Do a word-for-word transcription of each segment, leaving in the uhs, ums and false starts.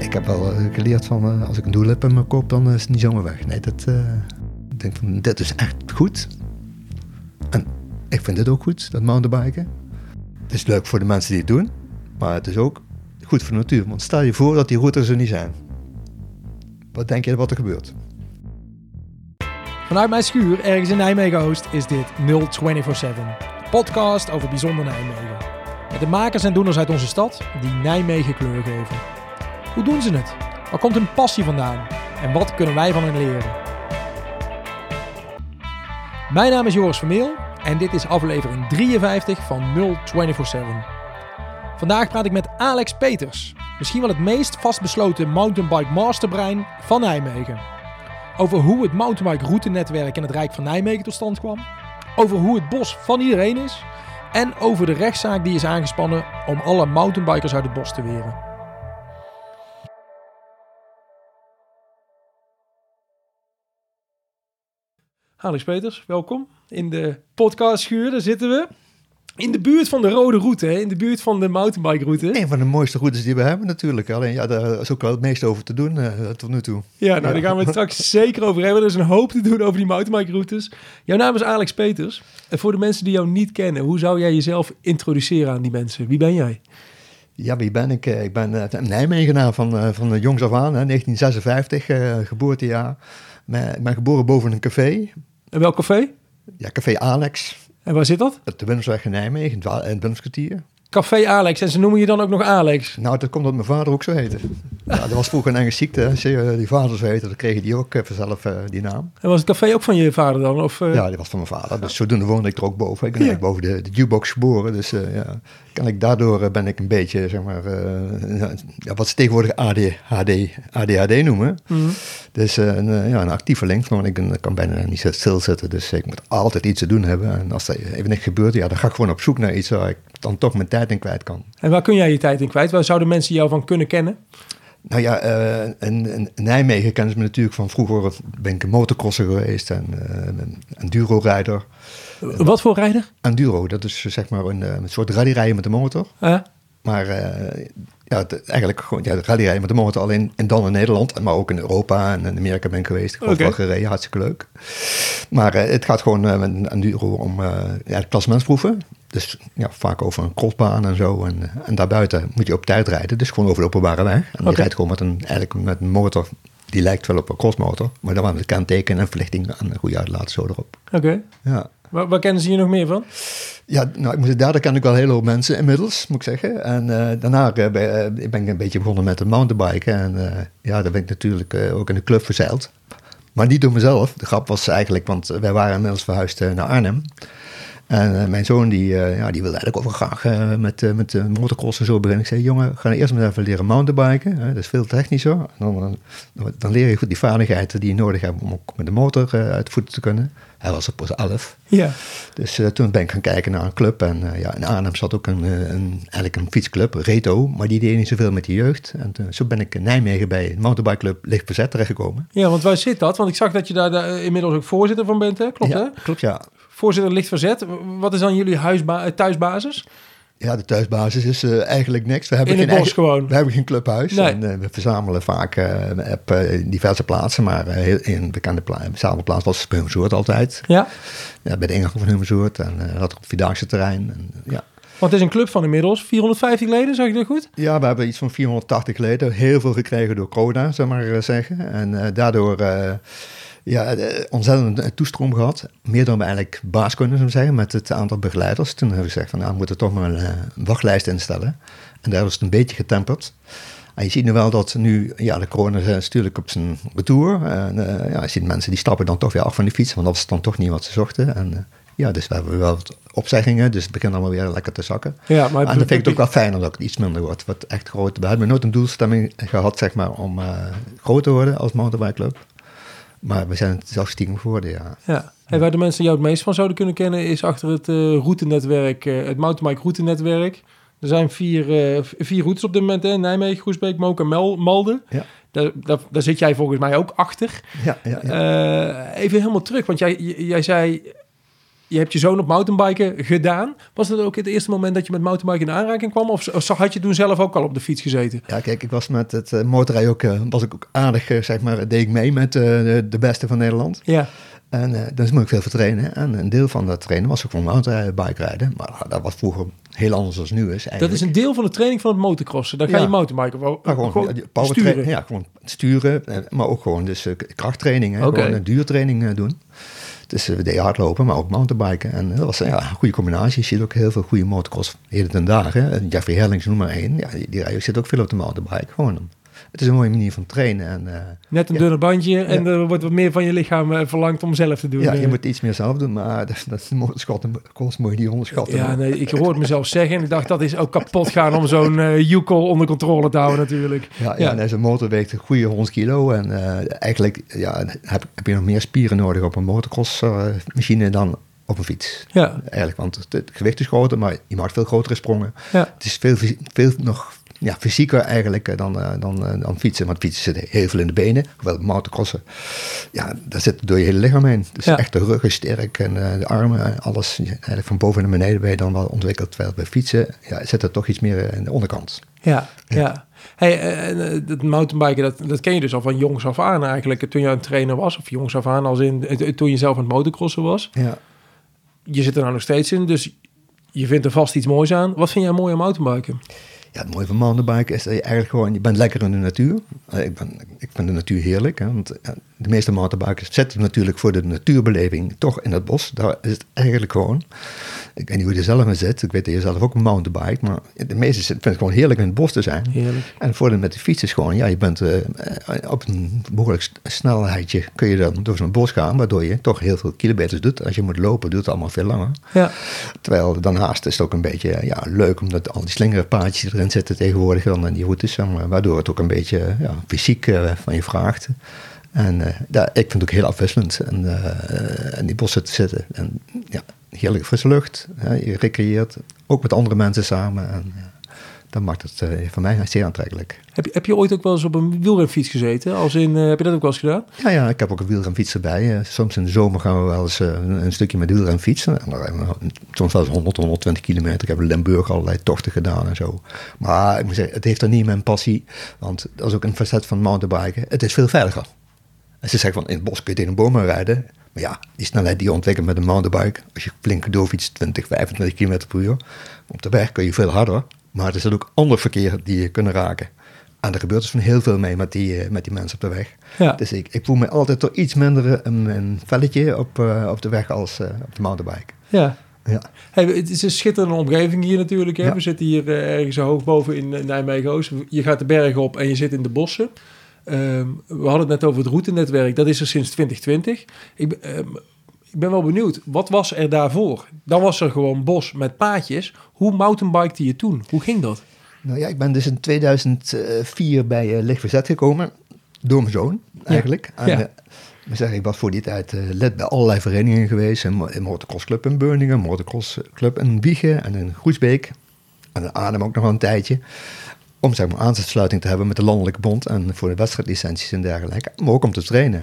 ik heb wel uh, geleerd van, uh, als ik een doel heb in mijn kop, dan is het niet zomaar weg. Nee, dat, uh, ik denk van, dit is echt goed. En ik vind dit ook goed, dat mountainbiken. Het is leuk voor de mensen die het doen, maar het is ook goed voor de natuur. Want stel je voor dat die routes er niet zijn. Wat denk je wat er gebeurt? Vanuit mijn schuur, ergens in Nijmegen-Oost, is dit nul vierentwintig zeven. De podcast over bijzonder Nijmegen. Met de makers en doeners uit onze stad die Nijmegen kleur geven. Hoe doen ze het? Waar komt hun passie vandaan? En wat kunnen wij van hen leren? Mijn naam is Joris Vermeel en dit is aflevering drieënvijftig van nul vierentwintig zeven. Vandaag praat ik met Alex Peters, misschien wel het meest vastbesloten mountainbike masterbrein van Nijmegen. Over hoe het mountainbike routenetwerk in het Rijk van Nijmegen tot stand kwam. Over hoe het bos van iedereen is. En over de rechtszaak die is aangespannen om alle mountainbikers uit het bos te weren. Alex Peters, welkom in de podcastschuur. Daar zitten we. In de buurt van de rode route, hè? In de buurt van de mountainbike route. Een van de mooiste routes die we hebben natuurlijk. Alleen ja, daar is ook wel het meeste over te doen uh, tot nu toe. Ja, nou ja. Daar gaan we het straks zeker over hebben. Er is een hoop te doen over die mountainbike routes. Jouw naam is Alex Peters. En voor de mensen die jou niet kennen, hoe zou jij jezelf introduceren aan die mensen? Wie ben jij? Ja, wie ben ik? Ik ben uh, een Nijmegenaar van, uh, van de jongs af aan, hè, negentien zesenvijftig, uh, geboortejaar. Ik ben geboren boven een café. En welk café? Ja, Café Alex. En waar zit dat? Op de Willemsweg in Nijmegen, in het Willemskwartier. Café Alex, en ze noemen je dan ook nog Alex? Nou, dat komt omdat mijn vader ook zo heette. Ja, dat was vroeger een Engelse ziekte. Als je die vader zo heette, dan kreeg die ook uh, vanzelf uh, die naam. En was het café ook van je vader dan? Of, uh... Ja, die was van mijn vader. Dus zodoende woonde ik er ook boven. Ik ben ja. eigenlijk boven de, de jukebox geboren. Dus uh, ja, kan ik, daardoor uh, ben ik een beetje, zeg maar, uh, ja, wat ze tegenwoordig A D H D, A D H D noemen. Mm-hmm. Dus uh, een, uh, ja, een actieveling. Want ik ben, kan bijna niet stilzitten. Dus ik moet altijd iets te doen hebben. En als dat even niet gebeurt, ja, dan ga ik gewoon op zoek naar iets waar ik dan toch mijn tijd in kwijt kan. En waar kun jij je tijd in kwijt? Waar zouden mensen jou van kunnen kennen? Nou ja, uh, in, in Nijmegen kennen ze me natuurlijk van vroeger. Ben ik een motocrosser geweest en uh, een enduro-rijder. Wat voor rijder? Enduro, dat is zeg maar een, een soort rallyrijden met de motor. Uh. Maar uh, ja, het, eigenlijk gewoon ja, rallyrijden met de motor alleen en dan in Nederland. Maar ook in Europa en in Amerika ben ik geweest. Ik heb okay. ook wel gereden, hartstikke leuk. Maar uh, het gaat gewoon uh, met een enduro om uh, ja, de klassementsproeven. Dus ja, vaak over een crossbaan en zo. En, en daarbuiten moet je op tijd rijden. Dus gewoon over de openbare weg. En okay. je rijdt gewoon met een, eigenlijk met een motor. Die lijkt wel op een crossmotor. Maar dan met kenteken en verlichting en een goede uitlaat zo erop. Oké. Okay. Ja. Waar, waar kennen ze je nog meer van? Ja, nou, ik moet zeggen, daar ken ik wel heel veel mensen inmiddels, moet ik zeggen. En uh, daarna uh, ben, uh, ben ik een beetje begonnen met het mountainbiken. En uh, ja, daar ben ik natuurlijk uh, ook in de club verzeild. Maar niet door mezelf. De grap was eigenlijk, want wij waren inmiddels verhuisd uh, naar Arnhem. En uh, mijn zoon, die, uh, ja, die wilde eigenlijk ook wel graag uh, met, uh, met uh, motocross en zo beginnen. Ik zei, jongen, ga eerst maar even leren mountainbiken. Uh, dat is veel technischer. En dan, dan, dan leer je goed die vaardigheden die je nodig hebt om ook met de motor uh, uit de voeten te kunnen. Hij was op pas elf. Ja. Dus uh, toen ben ik gaan kijken naar een club. En uh, ja, in Arnhem zat ook een, een, eigenlijk een fietsclub, Reto. Maar die deed niet zoveel met de jeugd. En uh, zo ben ik in Nijmegen bij een mountainbikeclub Licht Verzet terechtgekomen. Ja, want waar zit dat? Want ik zag dat je daar, daar inmiddels ook voorzitter van bent, hè? Klopt, ja, hè? Klopt, ja. Voorzitter Licht Verzet. Wat is dan jullie huisba- thuisbasis? Ja, de thuisbasis is uh, eigenlijk niks. We hebben in het geen bos eigen, gewoon? We hebben geen clubhuis. Nee. En, uh, we verzamelen vaak uh, op uh, diverse plaatsen. Maar uh, heel, een bekende pla- verzamelplaats was Hummersoort altijd. Ja. Ja, bij de ingang van Hummersoort. En uh, dat op het Vierdaagse terrein. En, ja. Want het is een club van inmiddels vierhonderdvijftig leden, zeg ik dat goed? Ja, we hebben iets van vierhonderdtachtig leden. Heel veel gekregen door corona, zeg maar uh, zeggen. En uh, daardoor... Uh, Ja, ontzettend een toestroom gehad. Meer dan we eigenlijk baas kunnen, zullen we zeggen, met het aantal begeleiders. Toen hebben we gezegd van, nou, we moeten toch maar een, een wachtlijst instellen. En daar is het een beetje getemperd. En je ziet nu wel dat nu, ja, de corona is natuurlijk op zijn retour. En uh, ja, je ziet mensen die stappen dan toch weer af van de fiets, want dat is dan toch niet wat ze zochten. En uh, ja, dus we hebben wel wat opzeggingen, dus het begint allemaal weer lekker te zakken. Ja, maar en dan vind ik het ook wel fijner dat het iets minder wordt, wat echt groot. We hebben nooit een doelstelling gehad, zeg maar, om uh, groot te worden als mountainbikeclub. Maar we zijn het zelfs stiekem geworden, ja. ja. En waar de mensen jou het meest van zouden kunnen kennen is achter het uh, routenetwerk, uh, het mountainbike routenetwerk. Er zijn vier, uh, vier routes op dit moment, hè? Nijmegen, Groesbeek, Mook en Mel- Malden. Ja. Daar, daar, daar zit jij volgens mij ook achter. Ja, ja, ja. Uh, even helemaal terug, want jij, jij zei... je hebt je zoon op mountainbiken gedaan. Was dat ook het eerste moment dat je met mountainbiken in aanraking kwam? Of, of had je toen zelf ook al op de fiets gezeten? Ja, kijk, ik was met het uh, motorrijden ook, uh, was ik ook aardig, uh, zeg maar, deed ik mee met uh, de, de beste van Nederland. Ja. En uh, daar moet ik veel voor trainen. En een deel van dat trainen was ook gewoon mountainbike rijden. Maar uh, dat was vroeger heel anders dan nu is eigenlijk. Dat is een deel van de training van het motocrossen. Dan ga ja. je mountainbiken. Gewoon, gewoon, gewoon power sturen. Tra- ja, gewoon sturen. Maar ook gewoon dus uh, krachttraining. Hè, okay. Gewoon een duurtraining uh, doen. Dus uh, we deden hardlopen, maar ook mountainbiken. En dat was ja, een goede combinatie. Je ziet ook heel veel goede motocross heden ten dagen. Jeffrey Herlings noem maar één. Ja, die, die zit ook veel op de mountainbike. Gewoon het is een mooie manier van trainen. En, uh, Net een ja. dunner bandje en ja. er wordt wat meer van je lichaam uh, verlangd om zelf te doen. Ja, je moet iets meer zelf doen, maar dat, dat is de motorsport, moet je niet onderschatten. Ja, nee, ik hoorde mezelf zeggen en ik dacht dat is ook kapot gaan om zo'n uh, U-call onder controle te houden natuurlijk. Ja, ja. ja zo'n motor weegt een goede honderd kilo en uh, eigenlijk ja, heb, heb je nog meer spieren nodig op een motocross uh, machine dan op een fiets. Ja. Eigenlijk, want het, het gewicht is groter, maar je maakt veel grotere sprongen. Ja. Het is veel, veel nog... Ja, fysieker eigenlijk dan, uh, dan, uh, dan fietsen. Want fietsen zit heel veel in de benen. Hoewel motocrossen, ja, daar zit door je hele lichaam heen. Dus ja. echt de rug is sterk en uh, de armen, alles. Eigenlijk van boven naar beneden ben je dan wel ontwikkeld. Terwijl bij fietsen ja, zit er toch iets meer in de onderkant. Ja, ja. ja. Hey, uh, dat mountainbiken, dat, dat ken je dus al van jongs af aan eigenlijk. Toen je een trainer was, of jongs af aan als in uh, toen je zelf aan het motocrossen was. Ja. Je zit er nou nog steeds in, dus je vindt er vast iets moois aan. Wat vind jij mooi aan mountainbiken? Ja, het mooie van mountainbiken is dat je eigenlijk gewoon, je bent lekker in de natuur. Ik, ben, ik vind de natuur heerlijk, hè, want de meeste mountainbikers zetten natuurlijk voor de natuurbeleving toch in het bos. Daar is het eigenlijk gewoon. Ik weet niet hoe je er zelf in zit. Ik weet dat je zelf ook een mountainbike, maar de meeste vinden het gewoon heerlijk in het bos te zijn. Heerlijk. En het voordeel met de fiets is gewoon, ja, je bent uh, op een behoorlijk snelheidje kun je dan door zo'n bos gaan, waardoor je toch heel veel kilometers doet. Als je moet lopen, doet het allemaal veel langer. Ja. Terwijl daarnaast is het ook een beetje ja, leuk, omdat al die slingerpaadjes die erin zitten tegenwoordig dan en die routes, waardoor het ook een beetje ja, fysiek uh, van je vraagt. En uh, daar, ik vind het ook heel afwisselend en uh, in die bossen te zitten. En ja, heerlijke frisse lucht, hè, je recreëert ook met andere mensen samen. En uh, dat maakt het uh, voor mij zeer aantrekkelijk. Heb je, heb je ooit ook wel eens op een wielrenfiets gezeten? Als in, uh, heb je dat ook wel eens gedaan? Ja, ja, ik heb ook een wielrenfiets erbij. Uh, soms in de zomer gaan we wel eens uh, een, een stukje met wielren fietsen. En dan, soms wel eens honderd, honderdtwintig kilometer. Ik heb in Limburg allerlei tochten gedaan en zo. Maar ik moet zeggen, het heeft er niet mijn passie. Want dat is ook een facet van mountainbiken. Het is veel veiliger. En ze zeggen van, in het bos kun je tegen een boom rijden. Maar ja, die snelheid die je ontwikkelt met een mountainbike, als je flink doorfietst, twintig, vijfentwintig kilometer per uur. Op de weg kun je veel harder. Maar er zit ook ander verkeer die je kunnen raken. En er gebeurt dus van heel veel mee met die, met die mensen op de weg. Ja. Dus ik, ik voel me altijd toch iets minder een, een velletje op, uh, op de weg als uh, op de mountainbike. Ja. Ja. Hey, het is een schitterende omgeving hier natuurlijk. Hè? Ja. We zitten hier uh, ergens hoog boven in uh, Nijmegen-Oost. Je gaat de bergen op en je zit in de bossen. Um, we hadden het net over het routenetwerk. Dat is er sinds twintig twintig. Ik, um, ik ben wel benieuwd. Wat was er daarvoor? Dan was er gewoon bos met paadjes. Hoe mountainbikte je toen? Hoe ging dat? Nou ja, ik ben dus in tweeduizend vier bij uh, Lichtverzet gekomen. Door mijn zoon, eigenlijk. Ja. En, ja. uh, zeg, ik was voor die tijd uh, lid bij allerlei verenigingen geweest. Een, een motocrossclub in Beuningen, een motocrossclub in Wijchen en in Groesbeek. En in Arnhem ook nog wel een tijdje. Om zeg maar aansluiting te hebben met de Landelijke Bond en voor de wedstrijdlicenties en dergelijke. Maar ook om te trainen.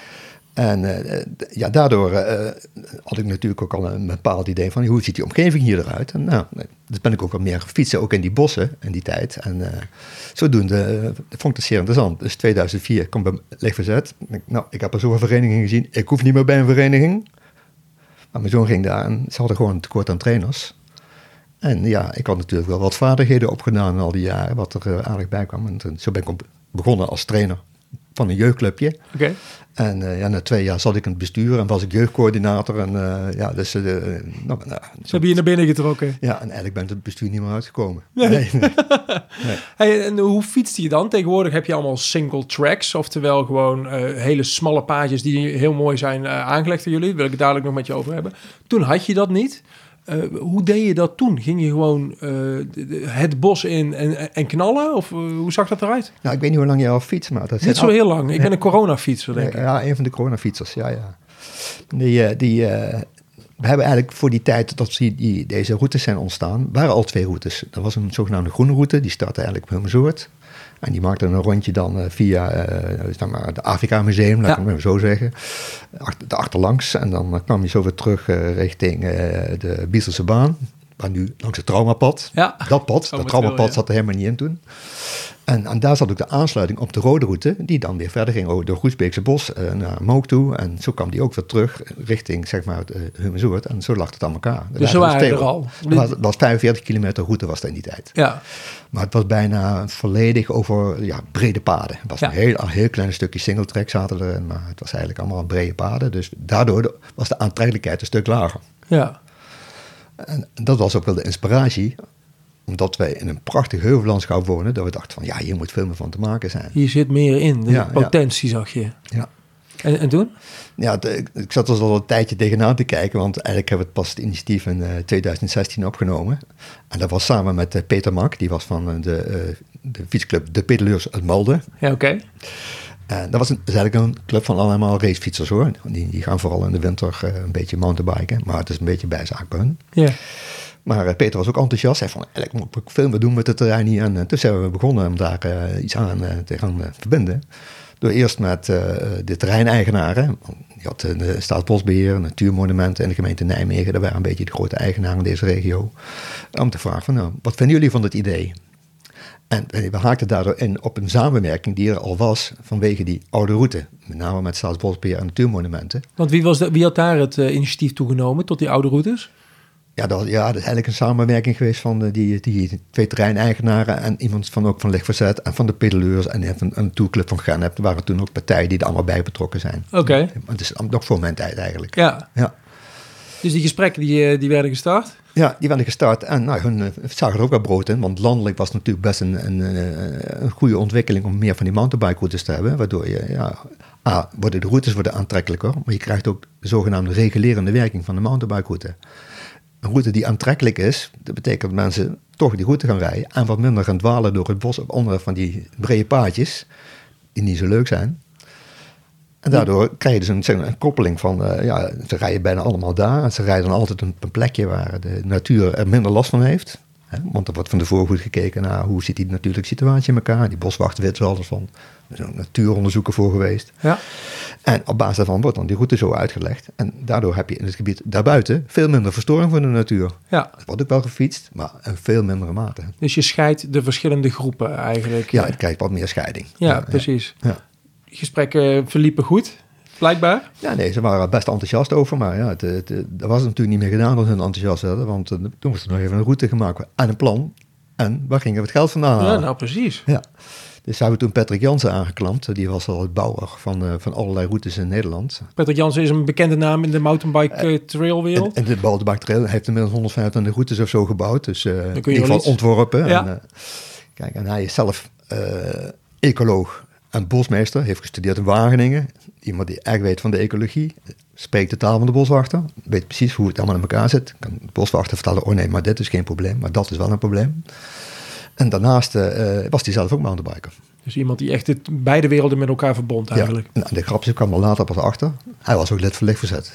En uh, ja, daardoor uh, had ik natuurlijk ook al een bepaald idee van hoe ziet die omgeving hier eruit. En nou, dus ben ik ook wat meer fietsen, ook in die bossen in die tijd. En uh, zodoende uh, vond ik het zeer interessant. Dus tweeduizend vier kwam bij Lichtverzet. Nou, ik heb er zoveel verenigingen gezien. Ik hoef niet meer bij een vereniging. Maar mijn zoon ging daar en ze hadden gewoon een tekort aan trainers. En ja, ik had natuurlijk wel wat vaardigheden opgedaan in al die jaren, wat er uh, aardig bij kwam. En toen, zo ben ik op, begonnen als trainer van een jeugdclubje. Okay. En uh, ja, na twee jaar zat ik in het bestuur en was ik jeugdcoördinator. En uh, ja, dus... Uh, nou, nou, Ze hebben je naar binnen getrokken. Ja, en eigenlijk ben ik het bestuur niet meer uitgekomen. Nee. nee, nee. nee. Hey, en hoe fietste je dan? Tegenwoordig heb je allemaal single tracks, oftewel gewoon uh, hele smalle paadjes die heel mooi zijn uh, aangelegd door jullie. Daar wil ik het dadelijk nog met je over hebben. Toen had je dat niet. Uh, hoe deed je dat toen? Ging je gewoon uh, de, de, het bos in en, en knallen? Of uh, hoe zag dat eruit? Nou, ik weet niet hoe lang je al fietst, maar... Dat niet zo al... heel lang. Ik ben een coronafietser, denk ik. Ja, een van de coronafietsers, ja, ja. Die, die, uh, we hebben eigenlijk voor die tijd dat die, die, deze routes zijn ontstaan, waren al twee routes. Er was een zogenaamde groene route, die startte eigenlijk op Hummersoort. En die maakte een rondje dan uh, via uh, zeg maar het Afrika Museum, laat ik ja. het zo zeggen. Achter, de achterlangs. En dan uh, kwam je zo weer terug uh, richting uh, de Bieselse baan. Maar nu langs het traumapad. Ja. Dat pad, dat traumapad veel, ja. zat er helemaal niet in toen. En, en daar zat ook de aansluiting op de rode route, die dan weer verder ging over de Groesbeekse bos uh, naar Mook toe. En zo kwam die ook weer terug richting, zeg maar, uh, Humensoort. En zo lag het aan elkaar. Dus zo waren er al. Het was, was vijfenveertig kilometer route was dat in die tijd. Ja. Maar het was bijna volledig over ja, brede paden. Het was ja. een heel, een heel klein stukje singletrack zaten erin, maar het was eigenlijk allemaal brede paden. Dus daardoor was de aantrekkelijkheid een stuk lager. Ja. En dat was ook wel de inspiratie, omdat wij in een prachtig heuvellandschap wonen, dat we dachten van, ja, hier moet veel meer van te maken zijn. Hier zit meer in, de ja, potentie ja. zag je. Ja. En, en toen? Ja, de, ik zat er al een tijdje tegenaan te kijken, want eigenlijk hebben we het pas het initiatief in uh, twintig zestien opgenomen. En dat was samen met uh, Peter Mak, die was van uh, de, uh, de fietsclub De Pedaleurs uit Malden. Ja, oké. Okay. En dat was een, is eigenlijk een club van allemaal racefietsers hoor. Die, die gaan vooral in de winter uh, een beetje mountainbiken, maar het is een beetje bijzaak bij hun. Ja. Maar uh, Peter was ook enthousiast. Hij vond, eigenlijk moet ik veel meer doen met het terrein hier. En uh, toen zijn we begonnen om daar uh, iets aan uh, te gaan uh, verbinden. Door eerst met uh, de terreineigenaren. Je had uh, de Staatsbosbeheer, Natuurmonumenten en de gemeente Nijmegen. Dat waren een beetje de grote eigenaren in deze regio. Om te vragen van, nou, wat vinden jullie van het idee? En we haakten daardoor in op een samenwerking die er al was vanwege die oude route. Met name met Staatsbosbeheer en Natuurmonumenten. Want wie, was de, wie had daar het uh, initiatief toegenomen tot die oude routes? Ja dat, ja, dat is eigenlijk een samenwerking geweest van de, die, die twee terreineigenaren en iemand van ook van Lichtverzet en van de pedaleurs en van een tourclub van Gennep. Er waren toen ook partijen die er allemaal bij betrokken zijn. Oké. Okay. Het is nog voor mijn tijd eigenlijk. Ja. ja. Dus die gesprekken die, die werden gestart? Ja, die werden gestart en nou, hun uh, zagen er ook wel brood in, want landelijk was het natuurlijk best een, een, een goede ontwikkeling om meer van die mountainbike routes te hebben, waardoor je, ja, A, worden de routes worden aantrekkelijker, maar je krijgt ook de zogenaamde regulerende werking van de mountainbike route. Een route die aantrekkelijk is, dat betekent dat mensen toch die route gaan rijden en wat minder gaan dwalen door het bos op onder van die brede paadjes, die niet zo leuk zijn. En daardoor krijg je dus een, zeg maar, een koppeling van, uh, ja, ze rijden bijna allemaal daar. En ze rijden dan altijd een, een plekje waar de natuur er minder last van heeft. Hè? Want er wordt van tevoren goed gekeken naar hoe zit die natuurlijke situatie in elkaar. Die boswachten weten wel alles van. Er zijn natuuronderzoeken voor geweest. Ja. En op basis daarvan wordt dan die route zo uitgelegd. En daardoor heb je in het gebied daarbuiten veel minder verstoring van de natuur. Ja. Er wordt ook wel gefietst, maar in veel mindere mate. Dus je scheidt de verschillende groepen eigenlijk. Ja, je krijgt wat meer scheiding. Ja, ja precies. Ja. Gesprekken verliepen goed, blijkbaar. Ja, nee, ze waren best enthousiast over, maar ja, het, het, het, dat was natuurlijk niet meer gedaan dat hun enthousiast hadden, want uh, toen moest er nog even een route gemaakt en een plan. En waar gingen we het geld vandaan halen? Ja, nou precies. Ja. Dus hebben we toen Patrick Jansen aangeklampt. Die was al het bouwer van, uh, van allerlei routes in Nederland. Patrick Jansen is een bekende naam in de mountainbike uh, trailwereld. En de mountainbike trail heeft inmiddels honderdvijfentwintig routes of zo gebouwd. Dus uh, in ieder geval ontworpen. Ja. En, uh, kijk, en hij is zelf uh, ecoloog en bosmeester. Heeft gestudeerd in Wageningen. Iemand die echt weet van de ecologie. Spreekt de taal van de boswachter. Weet precies hoe het allemaal in elkaar zit. Kan de boswachter vertellen, oh nee, maar dit is geen probleem. Maar dat is wel een probleem. En daarnaast uh, was hij zelf ook mountainbiker. Dus iemand die echt het, beide werelden met elkaar verbond eigenlijk. Ja, nou, de grapje kwam er later pas achter. Hij was ook lid van Lichtverzet.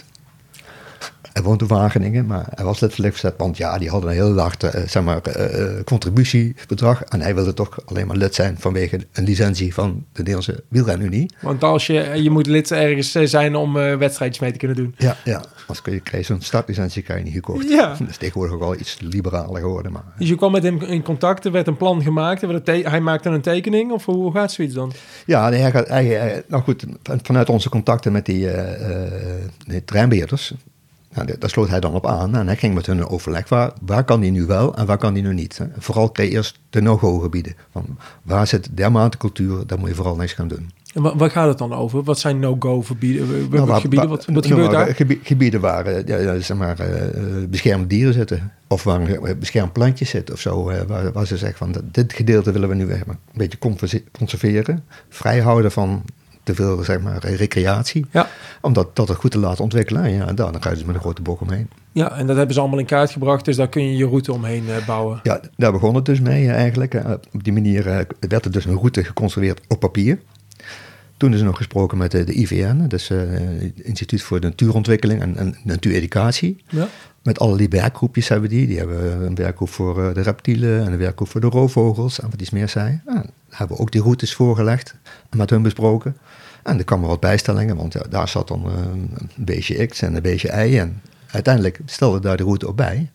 Hij woont in Wageningen, maar hij was lid van Lichtverzet. Want ja, die hadden een heel laag uh, zeg maar, uh, contributiebedrag. En hij wilde toch alleen maar lid zijn vanwege een licentie van de Nederlandse Wielrenunie. Want als je, je moet lid ergens zijn om uh, wedstrijdjes mee te kunnen doen. Ja, ja. Als je krijg zo'n startlicentie krijg je niet gekocht. Ja. Dat is tegenwoordig ook wel iets liberaler geworden. Maar, dus je kwam met hem in contact, er werd een plan gemaakt. Er werd een te- hij maakte een tekening, of hoe gaat zoiets dan? Ja, nee, hij gaat, hij, hij, nou goed, vanuit onze contacten met die, uh, uh, die treinbeheerders... Nou, daar sloot hij dan op aan en hij ging met hun in overleg. Waar, waar kan die nu wel en waar kan die nu niet? Hè? Vooral kreeg je eerst de no-go gebieden. Van waar zit dermate cultuur, daar moet je vooral niks gaan doen. En waar, waar gaat het dan over? Wat zijn no-go gebieden? Nou, waar, gebieden? Wat, wat nou, gebeurt waar, daar? Gebied, gebieden waar ja, ja, zeg maar, uh, beschermde dieren zitten. Of waar beschermd plantjes zitten of zo. Uh, waar, waar ze zeggen van dit gedeelte willen we nu een beetje conserveren. Vrijhouden van... te veel, zeg maar, recreatie. Ja. Om dat, dat het goed te laten ontwikkelen. En ja, dan ga je dus met een grote bok omheen. Ja, en dat hebben ze allemaal in kaart gebracht. Dus daar kun je je route omheen uh, bouwen. Ja, daar begon het dus mee uh, eigenlijk. Uh, op die manier uh, werd er dus een route geconstrueerd op papier. toen is er nog gesproken met de, de I V N, dus uh, het Instituut voor de Natuurontwikkeling en, en Natuureducatie. Ja. Met allerlei werkgroepjes hebben die. Die hebben een werkgroep voor uh, de reptielen en een werkgroep voor de roofvogels en wat iets meer zei. Nou, daar hebben we ook die routes voorgelegd en met hun besproken. En er kwamen wat bijstellingen, want ja, daar zat dan uh, een beestje X en een beestje Y. En uiteindelijk stelde daar de route op bij.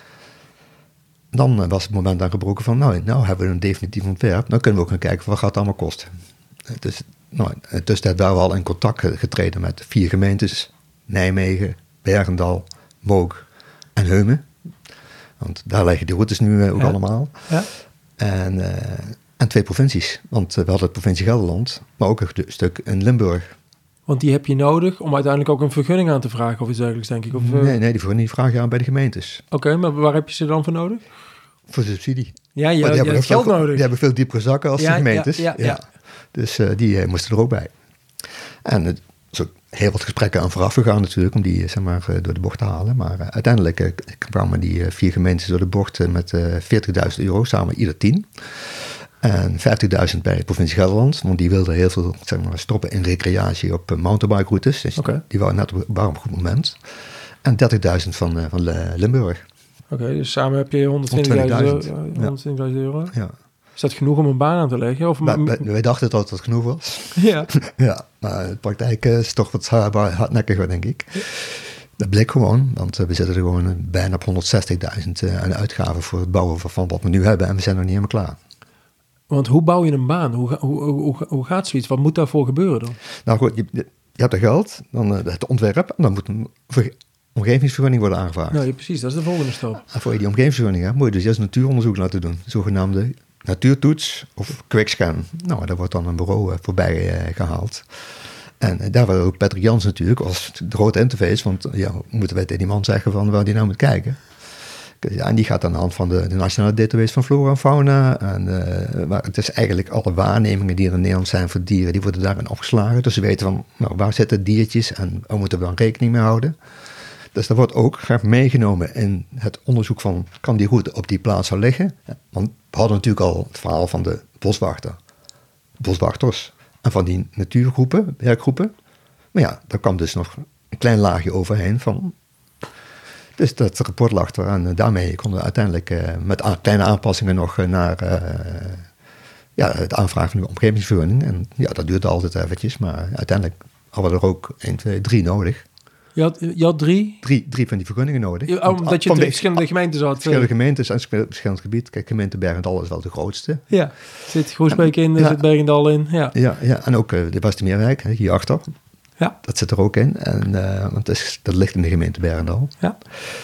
Dan uh, was het moment aangebroken van, nou, nou hebben we een definitief ontwerp. Dan kunnen we ook gaan kijken, wat gaat het allemaal kosten? Dus nou, tussentijd waren we al in contact getreden met vier gemeentes. Nijmegen, Bergendal, Mook en Heumen. Want daar liggen die routes nu uh, ook ja. allemaal. Ja. En, uh, en twee provincies. Want uh, we hadden de provincie Gelderland, maar ook een stuk in Limburg. Want die heb je nodig om uiteindelijk ook een vergunning aan te vragen of iets dergelijks, denk ik? Of, uh... Nee, nee, die vergunning vraag je aan bij de gemeentes. Oké, okay, maar waar heb je ze dan voor nodig? Voor de subsidie. Ja, je, die hebben geld veel, nodig. Die hebben veel diepere zakken als ja, de gemeentes. Ja, ja, ja. ja. Dus uh, die uh, moesten er ook bij. En het is ook heel wat gesprekken aan vooraf gegaan natuurlijk, om die zeg maar, uh, door de bocht te halen. Maar uh, uiteindelijk uh, kwamen die uh, vier gemeentes door de bocht uh, met uh, veertigduizend euro, samen ieder tien. En vijftigduizend bij de provincie Gelderland, want die wilden heel veel zeg maar, stoppen in recreatie op uh, mountainbike routes. Dus okay. die waren net op, waren op een goed moment. En dertigduizend van, uh, van uh, Limburg. Oké, okay, dus samen heb je honderdtwintigduizend euro. Ja. Is dat genoeg om een baan aan te leggen? Of wij, wij, wij dachten dat het genoeg was. Ja. ja, maar de praktijk is toch wat hardnekkiger, denk ik. Ja. Dat bleek gewoon, want we zitten er gewoon bijna op honderdzestigduizend uh, aan uitgaven voor het bouwen van wat we nu hebben en we zijn nog niet helemaal klaar. Want hoe bouw je een baan? Hoe, hoe, hoe, hoe gaat zoiets? Wat moet daarvoor gebeuren dan? Nou goed, je, je hebt er geld, dan uh, het ontwerp en dan moet een omgevingsvergunning worden aangevraagd. Nou, ja, precies, dat is de volgende stap. En voor je die omgevingsvergunning hebt, moet je dus eerst natuuronderzoek laten doen. Zogenaamde natuurtoets of quickscan. Nou, daar wordt dan een bureau uh, voorbij uh, gehaald. En uh, daar was ook Patrick Jans natuurlijk als de grote interface. Want ja, moeten wij tegen die man zeggen van waar die nou moet kijken. Ja, en die gaat aan de hand van de, de nationale database van flora en fauna. En, uh, maar het is eigenlijk alle waarnemingen die er in Nederland zijn voor dieren, die worden daarin opgeslagen. Dus ze weten van nou, waar zitten diertjes en waar moeten we dan rekening mee houden. Dus dat wordt ook graag meegenomen in het onderzoek van, kan die route op die plaats al liggen? Want we hadden natuurlijk al het verhaal van de boswachter, boswachters en van die natuurgroepen, werkgroepen. Maar ja, daar kwam dus nog een klein laagje overheen van. Dus dat rapport lag er en daarmee konden we uiteindelijk uh, met a- kleine aanpassingen nog uh, naar uh, ja, het aanvragen van de omgevingsvergunning. En ja, dat duurde altijd eventjes, maar uiteindelijk hadden we er ook één, twee, drie nodig. Je had, je had drie? drie? Drie van die vergunningen nodig. Ja, omdat je van de, verschillende gemeentes had. Verschillende gemeentes en verschillend gebied. Kijk, gemeente Bergendal is wel de grootste. Ja, zit Groesbeek in, ja. Zit Bergendal in. Ja, ja, ja. En ook uh, de Westermeerwijk, hierachter. Ja. Dat zit er ook in. En, uh, want dat, is, dat ligt in de gemeente Bergendal. Ja.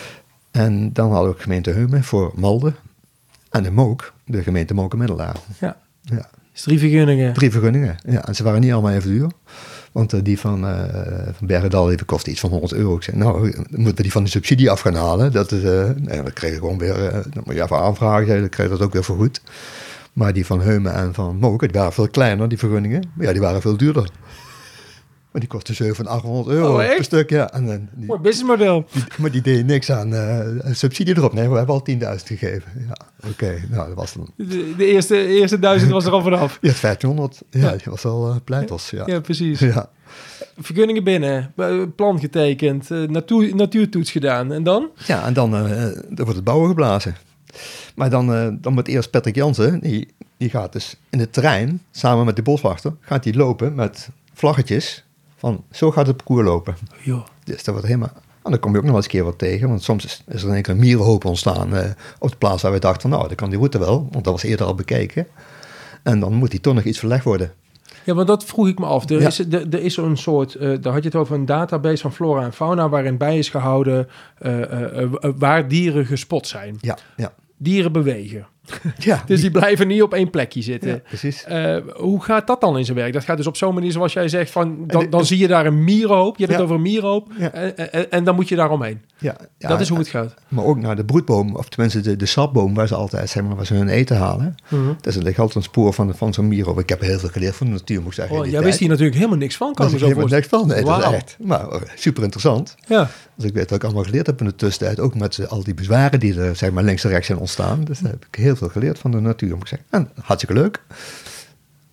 En dan hadden we ook gemeente Heumen voor Malden. En de Mook, de gemeente Mook en Middelaar. Ja. Ja. Dus drie vergunningen. Drie vergunningen, ja. En ze waren niet allemaal even duur. Want uh, die van, uh, van Bergendal die kostte iets van honderd euro. Ik zei, nou, dan moeten we die van de subsidie af gaan halen. Dat is, uh, nee, dan kreeg je gewoon weer, uh, dan moet je even aanvragen, dan kreeg je dat ook weer vergoed. Maar die van Heumen en van Mook, die waren veel kleiner, die vergunningen. Maar ja, die waren veel duurder. Maar die kostte zevenhonderd, achthonderd euro oh, per stuk, ja. En, en die, Mooi businessmodel. Die, maar die deed niks aan uh, subsidie erop. Nee, we hebben al tienduizend gegeven. Ja, oké. Okay. Nou, dat was dan... De, de eerste, eerste duizend was er al vanaf. Ja, vijftienhonderd. Ja, ja. Die was al uh, pleitels. Ja. ja, precies. Ja. Vergunningen binnen, plan getekend, natuur, natuurtoets gedaan. En dan? Ja, en dan, uh, dan wordt het bouwen geblazen. Maar dan, uh, dan moet eerst Patrick Jansen, die, die gaat dus in het terrein, samen met de boswachter, gaat hij lopen met vlaggetjes van zo gaat het parcours lopen. Jo. Dus dat wordt helemaal... En dan kom je ook nog wel eens een keer wat tegen, want soms is, is er een enkele mierenhoop ontstaan uh, op de plaats waar we dachten van nou, dan kan die route wel, want dat was eerder al bekeken. En dan moet die toch nog iets verlegd worden. Ja, want dat vroeg ik me af. Er, ja. is, er, er is zo'n soort, uh, daar had je het over een database van flora en fauna, waarin bij is gehouden uh, uh, uh, waar dieren gespot zijn. Ja, ja. Dieren bewegen. Ja, dus die blijven niet op één plekje zitten. Ja, precies. Uh, hoe gaat dat dan in zijn werk? Dat gaat dus op zo'n manier zoals jij zegt, van, dan, de, dan zie je daar een mierenhoop. Je hebt ja. het over een mierenhoop. Ja. En, en, en dan moet je daar omheen. Ja, ja, dat is hoe het gaat. Maar ook naar de broedboom, of tenminste de, de sapboom, waar ze altijd, zeg maar, waar ze hun eten halen. Mm-hmm. Dus er ligt altijd een spoor van, van zo'n mierenhoop. Ik heb heel veel geleerd van de natuur, moet ik zeggen. Oh, jij wist hier natuurlijk helemaal niks van. Kan ik helemaal niks van. Nee, wow. Dat is echt maar, super interessant. Ja. Dus ik weet wat ik allemaal geleerd heb in de tussentijd. Ook met al die bezwaren die er, zeg maar, links en rechts zijn ontstaan. Dus daar heb ik heel veel geleerd van de natuur, moet ik zeggen. En hartstikke leuk.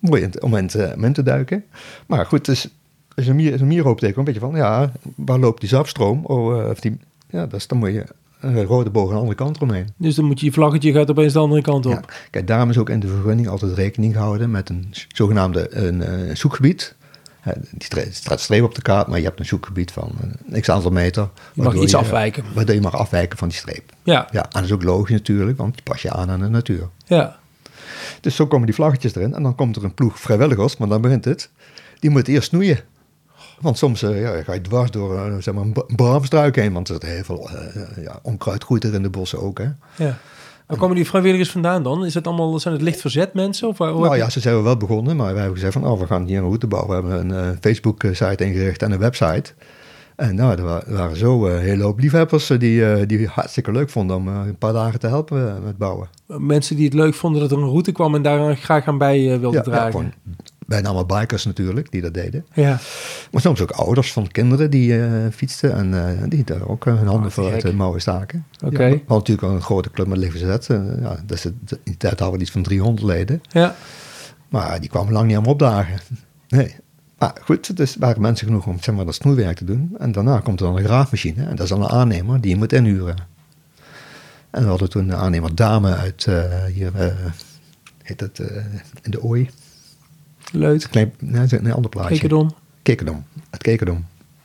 mooi in, om in te, om in te duiken. Maar goed, dus als je een, mier, een mierhoop tegenkomt, weet je van, ja, waar loopt die zapstroom? Oh, uh, of die, ja, dat is dan moet je een rode boog aan de andere kant eromheen. Dus dan moet je je vlaggetje gaat opeens de andere kant op. Ja, kijk, daarom is ook in de vergunning altijd rekening gehouden met een zogenaamde een, uh, zoekgebied. Uh, die staat streep op de kaart, maar je hebt een zoekgebied van een x aantal meter. Je mag iets je, afwijken. Waardoor je mag afwijken van die streep. Ja. Ja, en dat is ook logisch natuurlijk, want je pas je aan aan de natuur. Ja. Dus zo komen die vlaggetjes erin en dan komt er een ploeg vrijwilligers, maar dan begint het. Die moeten eerst snoeien. Want soms uh, ja, ga je dwars door uh, zeg maar een braamstruik heen, want er zit heel veel uh, ja, onkruid groeit er in de bossen ook. Hè. Ja. Waar komen die vrijwilligers vandaan dan? Is het allemaal, zijn het licht verzet mensen? Of waar, nou ja, ze zijn wel begonnen, maar wij hebben gezegd van oh, we gaan hier een route bouwen. We hebben een uh, Facebook-site ingericht en een website. En nou, er waren, er waren zo een uh, hele hoop liefhebbers uh, die, uh, die hartstikke leuk vonden om uh, een paar dagen te helpen uh, met bouwen. Mensen die het leuk vonden dat er een route kwam en daar graag aan bij uh, wilden ja, dragen. Ja, gewoon, bijna allemaal bikers natuurlijk, die dat deden. Ja. Maar soms ook ouders van kinderen die uh, fietsten en uh, die daar ook uh, hun handen oh, voor uit de mouwen staken. Oké. Okay. Ja, want natuurlijk een grote club met licht verzet. Uh, ja, dus het, in die tijd hadden we iets van driehonderd leden. Ja. Maar die kwamen lang niet aan opdagen. Nee. Maar goed, dus waren mensen genoeg om zeg maar, dat snoeiwerk te doen. En daarna komt er dan een graafmachine. En dat is dan een aannemer die je moet inhuren. En we hadden toen een aannemer Dame uit uh, hier, uh, heet het, uh, in de Ooi. Leuk. Klein, nee, een ander plaatje. Kekerdom. Kekerdom, het Kekerdom.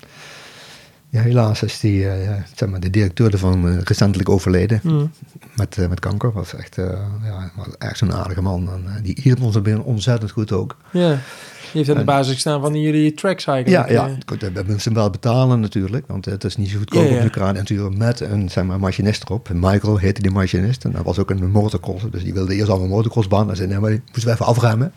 Ja, helaas is die, uh, zeg maar, de directeur ervan uh, recentelijk overleden. Mm. Met, uh, met kanker. Was echt, uh, ja, was echt zo'n aardige man. En, uh, die hielp ons er ontzettend goed ook. Ja. Je heeft aan de basis gestaan van jullie tracks eigenlijk. Ja, ja. Goed, we moeten hem wel betalen natuurlijk, want het is niet zo goedkoop ja, ja. op de kraan. En natuurlijk met een zeg maar, machinist erop. Michael heette die machinist en dat was ook een motocross. Dus die wilde eerst al een motocrossbaan. En zei, nee, maar die moesten we even afremmen.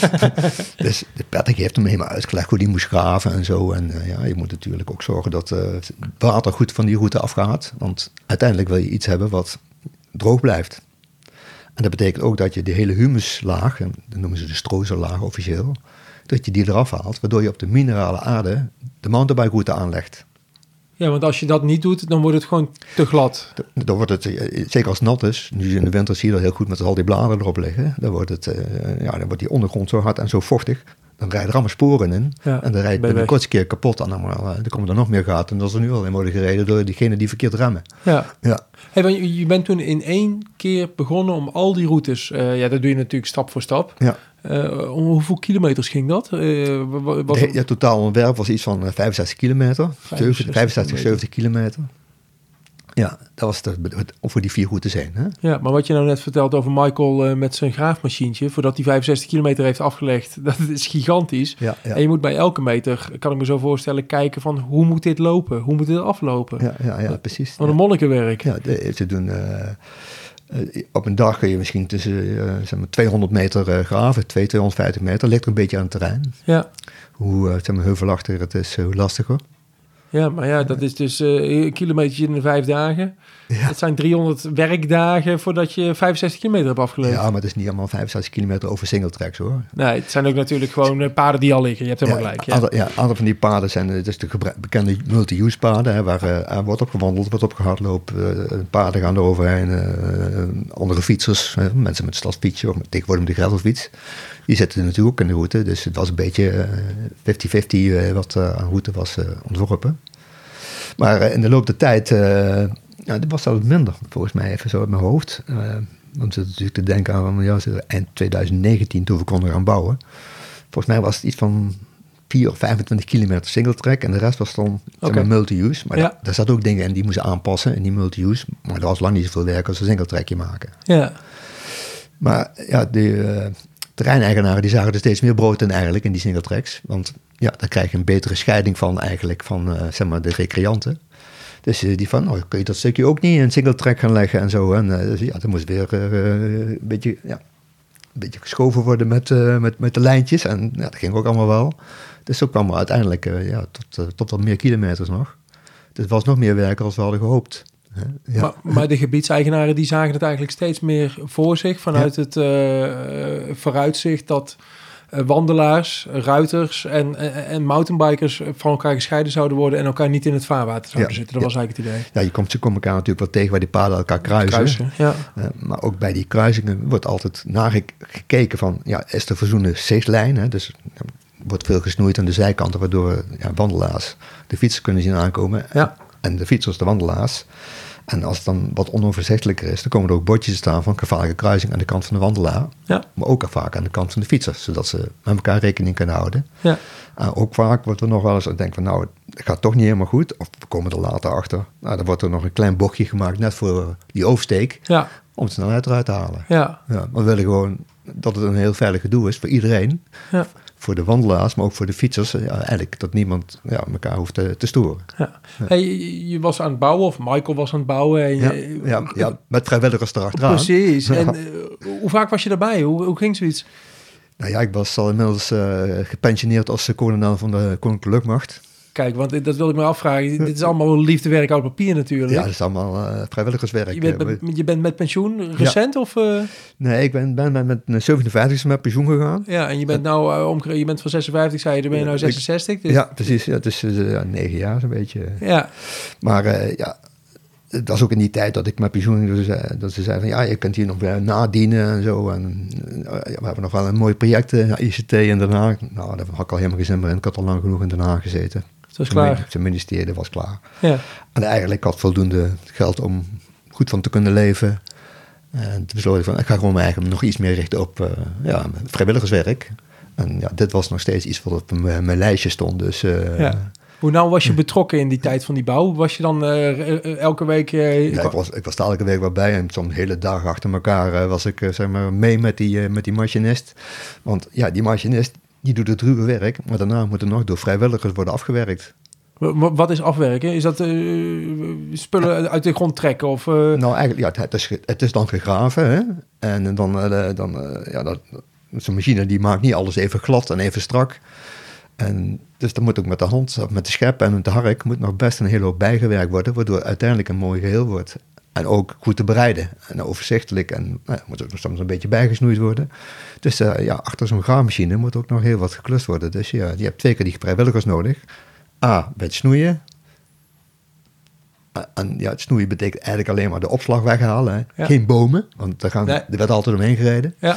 Dus de Patrick heeft hem helemaal uitgelegd hoe die moest graven en zo. En uh, ja, je moet natuurlijk ook zorgen dat uh, het water goed van die route afgaat. Want uiteindelijk wil je iets hebben wat droog blijft. En dat betekent ook dat je de hele humuslaag, en dat noemen ze de strooisellaag officieel, dat je die eraf haalt, waardoor je op de minerale aarde de mountainbikeroute aanlegt. Ja, want als je dat niet doet, dan wordt het gewoon te glad. Dan wordt het, zeker als het nat is, nu in de winter zie je dat heel goed met al die bladeren erop liggen, dan wordt, het, ja, dan wordt die ondergrond zo hard en zo vochtig, dan rijden er allemaal sporen in. Ja, en dan rijdt je de kortste keer kapot en dan, dan komen er nog meer gaten. En dat is er nu al in worden gereden door diegenen die verkeerd remmen. Ja. Ja. Hey, want je bent toen in één keer begonnen om al die routes, uh, ja, dat doe je natuurlijk stap voor stap. Ja. Uh, om hoeveel kilometers ging dat? Uh, was de, ja, totaal ontwerp was iets van vijfenzestig kilometer. vijfenzestig, vijfenzestig zeventig kilometer. Ja, dat was de, voor die vier routes heen. Hè? Ja, maar wat je nou net vertelt over Michael uh, met zijn graafmachientje, voordat hij vijfenzestig kilometer heeft afgelegd, dat is gigantisch. Ja, ja. En je moet bij elke meter, kan ik me zo voorstellen, kijken van hoe moet dit lopen? Hoe moet dit aflopen? Ja, ja, ja precies. Wat een ja. monnikenwerk. Ja, de, ze doen... Uh, Uh, op een dag kun je misschien tussen uh, zeg maar tweehonderd meter uh, graven, tweehonderd, tweehonderdvijftig meter. Ligt er een beetje aan het terrein. Ja. Hoe uh, zeg maar, heuvelachtiger het is, uh, hoe lastiger. Ja, maar ja, dat is dus uh, een kilometer in de vijf dagen. Ja. Dat zijn driehonderd werkdagen voordat je vijfenzestig kilometer hebt afgelegd. Ja, maar het is niet allemaal vijfenzestig kilometer over single tracks hoor. Nee, het zijn ook natuurlijk gewoon uh, paden die al liggen. Je hebt helemaal ja, gelijk. Ja, andere, ja, andere van die paden zijn dus de gebra- bekende multi-use paden, hè, waar uh, wordt op gewandeld, wordt op gehardlopen. Uh, paden gaan er overheen. Uh, andere fietsers, uh, mensen met stadsfietsje of met, tegenwoordig met de gravelfiets. Die zitten natuurlijk ook in de route. Dus het was een beetje vijftig vijftig uh, wat uh, aan route was uh, ontworpen. Maar uh, in de loop der tijd... Uh, Ja, dat was altijd minder, volgens mij even zo uit mijn hoofd. Uh, want we zitten natuurlijk te denken aan ja, eind twintig negentien, toen we konden gaan bouwen. Volgens mij was het iets van vier of vijfentwintig kilometer single track en de rest was dan okay. zeg maar, multi-use. Maar ja. daar, daar zaten ook dingen in die moesten aanpassen in die multi-use. Maar dat was lang niet zoveel werk als een single trackje maken. Ja. Maar ja, de uh, terreineigenaren die zagen er steeds meer brood in eigenlijk in die single tracks. Want ja, daar krijg je een betere scheiding van eigenlijk van uh, zeg maar de recreanten. Dus die van, oh, kun je dat stukje ook niet in een single track gaan leggen en zo. En uh, dus ja, dat moest weer uh, een, beetje, ja, een beetje geschoven worden met, uh, met, met de lijntjes. En ja, dat ging ook allemaal wel. Dus zo kwam er uiteindelijk uh, ja, tot, uh, tot wat meer kilometers nog. Dus het was nog meer werk als we hadden gehoopt. Ja. Maar, maar de gebiedseigenaren die zagen het eigenlijk steeds meer voor zich. Vanuit ja. het uh, vooruitzicht dat uh, wandelaars, ruiters en, en, en mountainbikers van elkaar gescheiden zouden worden en elkaar niet in het vaarwater zouden ja, zitten. Dat ja. was eigenlijk het idee. Ja, je komt, ze komen elkaar natuurlijk wel tegen waar die paden elkaar kruisen. kruisen ja. uh, maar ook bij die kruisingen wordt altijd nagekeken van, ja, is er voldoende zichtlijn? Hè? Dus er wordt veel gesnoeid aan de zijkanten, waardoor ja, wandelaars de fietsers kunnen zien aankomen. Ja. En de fietsers de wandelaars. En als het dan wat onoverzichtelijker is, dan komen er ook bordjes te staan van gevaarlijke kruising aan de kant van de wandelaar. Ja. Maar ook vaak aan de kant van de fietsers, zodat ze met elkaar rekening kunnen houden. Ja. En ook vaak wordt er nog wel eens, ik denk van nou, het gaat toch niet helemaal goed. Of we komen er later achter. Nou, dan wordt er nog een klein bochtje gemaakt, net voor die oversteek, Ja. om de snelheid eruit te halen. Ja. Ja, we willen gewoon dat het een heel veilig gedoe is voor iedereen. Ja. Voor de wandelaars, maar ook voor de fietsers. Ja, eigenlijk dat niemand ja, elkaar hoeft te, te storen. Ja. Hey, je, je was aan het bouwen, of Michael was aan het bouwen. En Ja, je, ja, ja, met vrijwilligers erachteraan. Precies. Ja. En uh, hoe vaak was je daarbij? Hoe, hoe ging zoiets? Nou ja, ik was al inmiddels uh, gepensioneerd als kolonel van de Koninklijke Luchtmacht. Kijk, want dat wil ik me afvragen. Dit is allemaal liefdewerk uit papier natuurlijk. Ja, dat is allemaal uh, vrijwilligerswerk. Je bent, met, je bent met pensioen recent? Ja. Of, uh... Nee, ik ben, ben met mijn zevenenvijftigste met pensioen gegaan. Ja, en je bent nou uh, omge- je bent van zesenvijftig, zei je, dan ben je nou zesenzestig. Dus... Ja, precies. Ja, het is uh, ja, negen jaar zo'n beetje. Ja. Maar uh, ja, het was ook in die tijd dat ik met pensioen ging. Dus, uh, dat ze zeiden van ja, je kunt hier nog weer nadienen en zo. En uh, ja, we hebben nog wel een mooi project, uh, I C T in Den Haag. Nou, daar had ik al helemaal geen zin meer in. Ik had al lang genoeg in Den Haag gezeten. Het was klaar. Zijn ministerie was klaar. Ja. En eigenlijk had voldoende geld om goed van te kunnen leven. En toen besloot ik van, ik ga gewoon me eigenlijk nog iets meer richten op uh, ja, vrijwilligerswerk. En ja, dit was nog steeds iets wat op mijn, mijn lijstje stond. Dus, uh, ja. Hoe nou was je betrokken in die tijd van die bouw? Was je dan uh, elke week... Uh, ja, ik, was, ik was er elke week wel bij en soms hele dag achter elkaar uh, was ik uh, zeg maar mee met die, uh, met die machinist. Want ja, die machinist die doet het ruwe werk, maar daarna moet er nog door vrijwilligers worden afgewerkt. Wat is afwerken? Is dat uh, spullen uit de grond trekken? Of, uh... Nou, eigenlijk, ja, het is, het is dan gegraven. Hè? En dan, uh, dan uh, ja, dat, zo'n machine die maakt niet alles even glad en even strak. En dus dan moet ook met de hand, met de schep en met de hark, moet nog best een hele hoop bijgewerkt worden, waardoor uiteindelijk een mooi geheel wordt. En ook goed te bereiden en overzichtelijk en nou, moet ook nog soms een beetje bijgesnoeid worden. Dus uh, ja, achter zo'n graafmachine moet ook nog heel wat geklust worden. Dus ja, je hebt twee keer die vrijwilligers nodig. A, bij het snoeien. En ja, het snoeien betekent eigenlijk alleen maar de opslag weghalen. Hè. Ja. Geen bomen, want daar, gaan, nee. er werd altijd omheen gereden. Ja.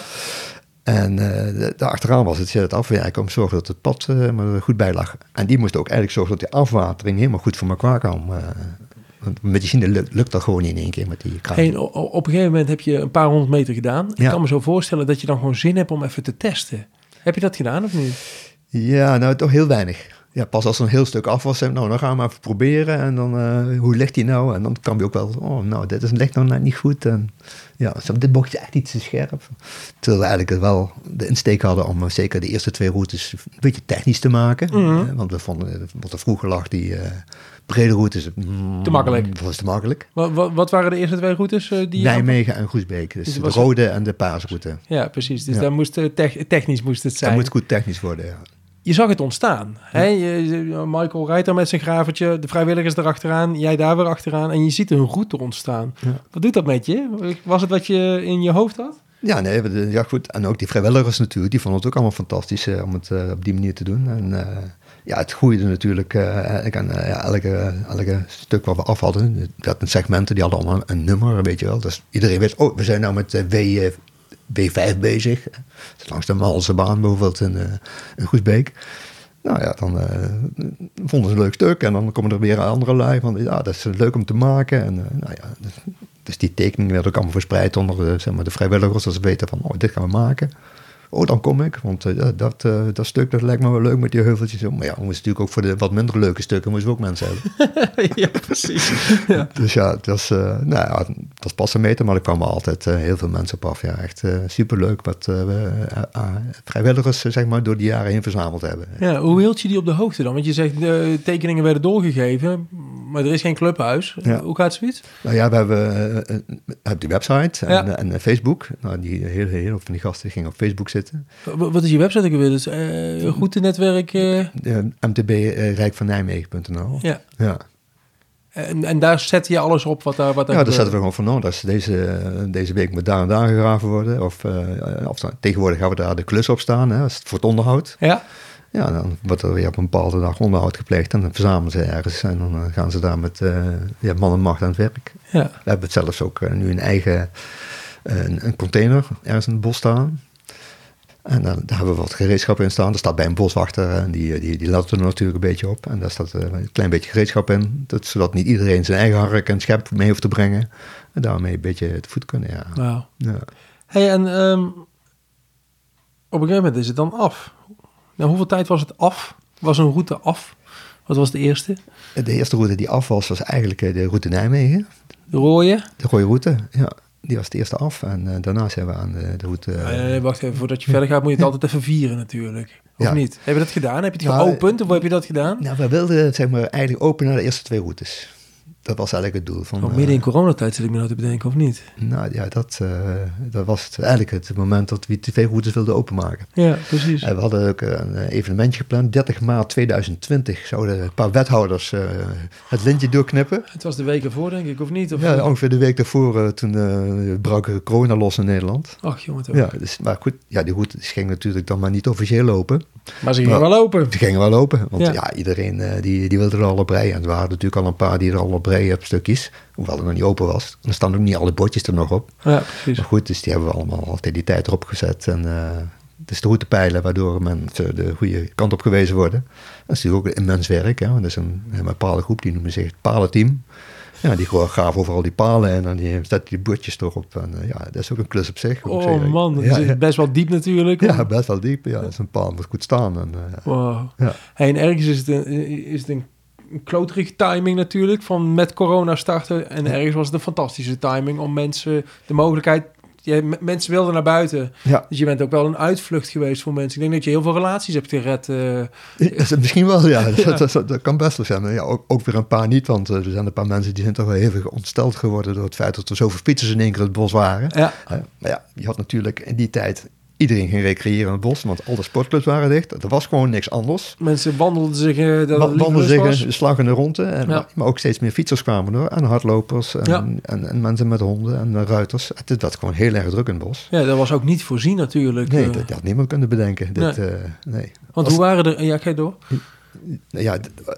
En uh, daarachteraan was het, het afwerken om te zorgen dat het pad uh, maar goed bij lag. En die moest ook eigenlijk zorgen dat die afwatering helemaal goed voor elkaar kwam. Uh, want met die machine lukt, lukt dat gewoon niet in één keer met die kraan. Hey, op een gegeven moment heb je een paar honderd meter gedaan. Ja. Ik kan me zo voorstellen dat je dan gewoon zin hebt om even te testen. Heb je dat gedaan of niet? Ja, nou toch heel weinig. Ja, pas als er een heel stuk af was, nou dan gaan we maar even proberen. En dan, uh, hoe ligt die nou? En dan kwam je ook wel, oh nou, dit is, ligt nou net niet goed. En ja, dit bochtje echt iets te scherp. Terwijl we eigenlijk wel de insteek hadden om uh, zeker de eerste twee routes een beetje technisch te maken. Mm-hmm. Uh, want we vonden, wat er vroeger lag, die uh, brede routes, mm, te makkelijk. was te makkelijk. Wat, wat, wat waren de eerste twee routes? Uh, die Nijmegen en Goesbeek. Dus, dus de rode het... en de paarse route. Ja, precies. Dus ja. daar moest, uh, te- technisch moest het zijn. Dat moet goed technisch worden, ja. Je zag het ontstaan. Ja. Hè? Je, Michael rijdt daar met zijn gravertje, de vrijwilligers erachteraan, jij daar weer achteraan en je ziet een route ontstaan. Ja. Wat doet dat met je? Was het wat je in je hoofd had? Ja, nee, ja goed. En ook die vrijwilligers natuurlijk, die vonden het ook allemaal fantastisch uh, om het uh, op die manier te doen. En uh, ja, het groeide natuurlijk uh, eigenlijk aan uh, ja, elke, elke stuk wat we af hadden. Dat een segmenten, die hadden allemaal een nummer, weet je wel. Dus iedereen wist, oh, we zijn nou met uh, W... Uh, B vijf bezig. Langs de Malsebaan bijvoorbeeld in, uh, in Goesbeek. Nou ja, dan uh, vonden ze een leuk stuk. En dan komen er weer andere lui van, ja, dat is leuk om te maken. En uh, nou ja, dus, dus die tekening werd ook allemaal verspreid onder de, zeg maar, de vrijwilligers. Dat ze weten van, oh, dit gaan we maken. Oh, dan kom ik, want uh, dat, uh, dat stuk dat lijkt me wel leuk met die heuveltjes. Maar ja, we moesten natuurlijk ook voor de wat minder leuke stukken moesten we ook mensen hebben. Ja, precies. Ja. Dus ja, het was, uh, nou ja, het was pas een meter, maar er kwamen altijd uh, heel veel mensen op af. Ja, echt uh, superleuk wat uh, we uh, uh, vrijwilligers uh, zeg maar, door die jaren heen verzameld hebben. Ja, hoe hield je die op de hoogte dan? Want je zegt, de tekeningen werden doorgegeven, maar er is geen clubhuis. Ja. Hoe gaat zoiets? Nou ja, we hebben uh, uh, die website en, ja. uh, en uh, Facebook. Nou, die heel, heel veel van die gasten gingen op Facebook zitten. Wat is je website ook weer? Dus, uh, goed netwerk? Uh... M T B uh, Rijk van Nijmegen punt n l. Ja. ja. En, en daar zet je alles op wat daar wat daar Ja, daar gebeurt. zetten we gewoon van, nou, dat is deze, deze week moet daar en daar gegraven worden. Of, uh, of tegenwoordig gaan we daar de klus op staan, hè, als het voor het onderhoud. Ja. Ja, dan wordt er weer op een bepaalde dag onderhoud gepleegd en dan verzamelen ze ergens en dan gaan ze daar met uh, ja, man en macht aan het werk. Ja. We hebben het zelfs ook uh, nu een eigen uh, een, een container ergens in het bos staan. En uh, daar hebben we wat gereedschap in staan. Er staat bij een boswachter en die, die, die let er natuurlijk een beetje op. En daar staat uh, een klein beetje gereedschap in, dat, zodat niet iedereen zijn eigen hark en schep mee hoeft te brengen. En daarmee een beetje te voet kunnen, ja. Wow. Ja. Hey, en um, op een gegeven moment is het dan af. Nou, hoeveel tijd was het af? Was een route af? Wat was de eerste? De eerste route die af was, was eigenlijk de route Nijmegen. De rode? De rode route, ja. Die was het eerste af en uh, daarna zijn we aan de, de route... Uh, nee, nee, wacht even, voordat je verder gaat moet je het altijd even vieren natuurlijk. Of ja. niet? Heb je dat gedaan? Heb je het nou, geopend of heb je dat gedaan? Nou, we wilden zeg maar eigenlijk openen naar de eerste twee routes. Dat was eigenlijk het doel. Van, oh, midden in coronatijd zit ik me nou te bedenken, of niet? Nou ja, dat, uh, dat was het, eigenlijk het moment dat we twee routes wilden openmaken. Ja, precies. En we hadden ook een evenementje gepland. dertig maart tweeduizend twintig zouden een paar wethouders uh, het lintje doorknippen. Het was de week ervoor, denk ik, of niet? Of ja, ongeveer de week daarvoor, uh, toen uh, brak corona los in Nederland. Ach, jongen toch. Ja, dus, maar goed, ja, die route ging natuurlijk dan maar niet officieel lopen. Maar ze gingen maar, wel open. Ze gingen wel lopen, want ja, ja iedereen uh, die, die wilde er al op rijden. En er waren natuurlijk al een paar die er al op rijden op stukjes. Hoewel het nog niet open was. Er staan ook niet alle bordjes er nog op. Ja, precies. Maar goed, dus die hebben we allemaal altijd die tijd erop gezet. En uh, het is de routepijlen waardoor mensen de goede kant op gewezen worden. Dat is natuurlijk ook immens werk. Hè? Want dat is een, een bepaalde groep, die noemen zich het palenteam. Ja, die gewoon gaven overal die palen en dan die, zetten die bordjes erop. En uh, ja, dat is ook een klus op zich. Oh zeggen. Man, dat ja, is best wel diep natuurlijk. Ja, best wel diep. Ja, zo'n paal moet goed staan. En, uh, wow. Ja. Hey, en ergens is het een, is het een kloterige timing natuurlijk, van met corona starten. En ergens was het een fantastische timing om mensen de mogelijkheid... Ja, m- mensen wilden naar buiten. Ja. Dus je bent ook wel een uitvlucht geweest voor mensen. Ik denk dat je heel veel relaties hebt gered. Uh. Ja, misschien wel, ja. ja. Dat, dat, dat kan best wel zijn. Maar ja, ook, ook weer een paar niet, want uh, er zijn een paar mensen die zijn toch wel hevig ontsteld geworden door het feit dat er zoveel fietsers in één keer in het bos waren. Ja. Uh, maar ja, je had natuurlijk in die tijd... Iedereen ging recreëren in het bos, want al de sportclubs waren dicht. Er was gewoon niks anders. Mensen wandelden zich... Uh, dat Wa- wandelden zich was. een slag in de ronde. En, ja. Maar ook steeds meer fietsers kwamen door. En hardlopers en, ja. en, en mensen met honden en ruiters. Het was gewoon heel erg druk in het bos. Ja, dat was ook niet voorzien natuurlijk. Nee, uh. dat had niemand kunnen bedenken. Dit, nee. Uh, nee. Want Als, hoe waren er... Ja, ga je door. Ja,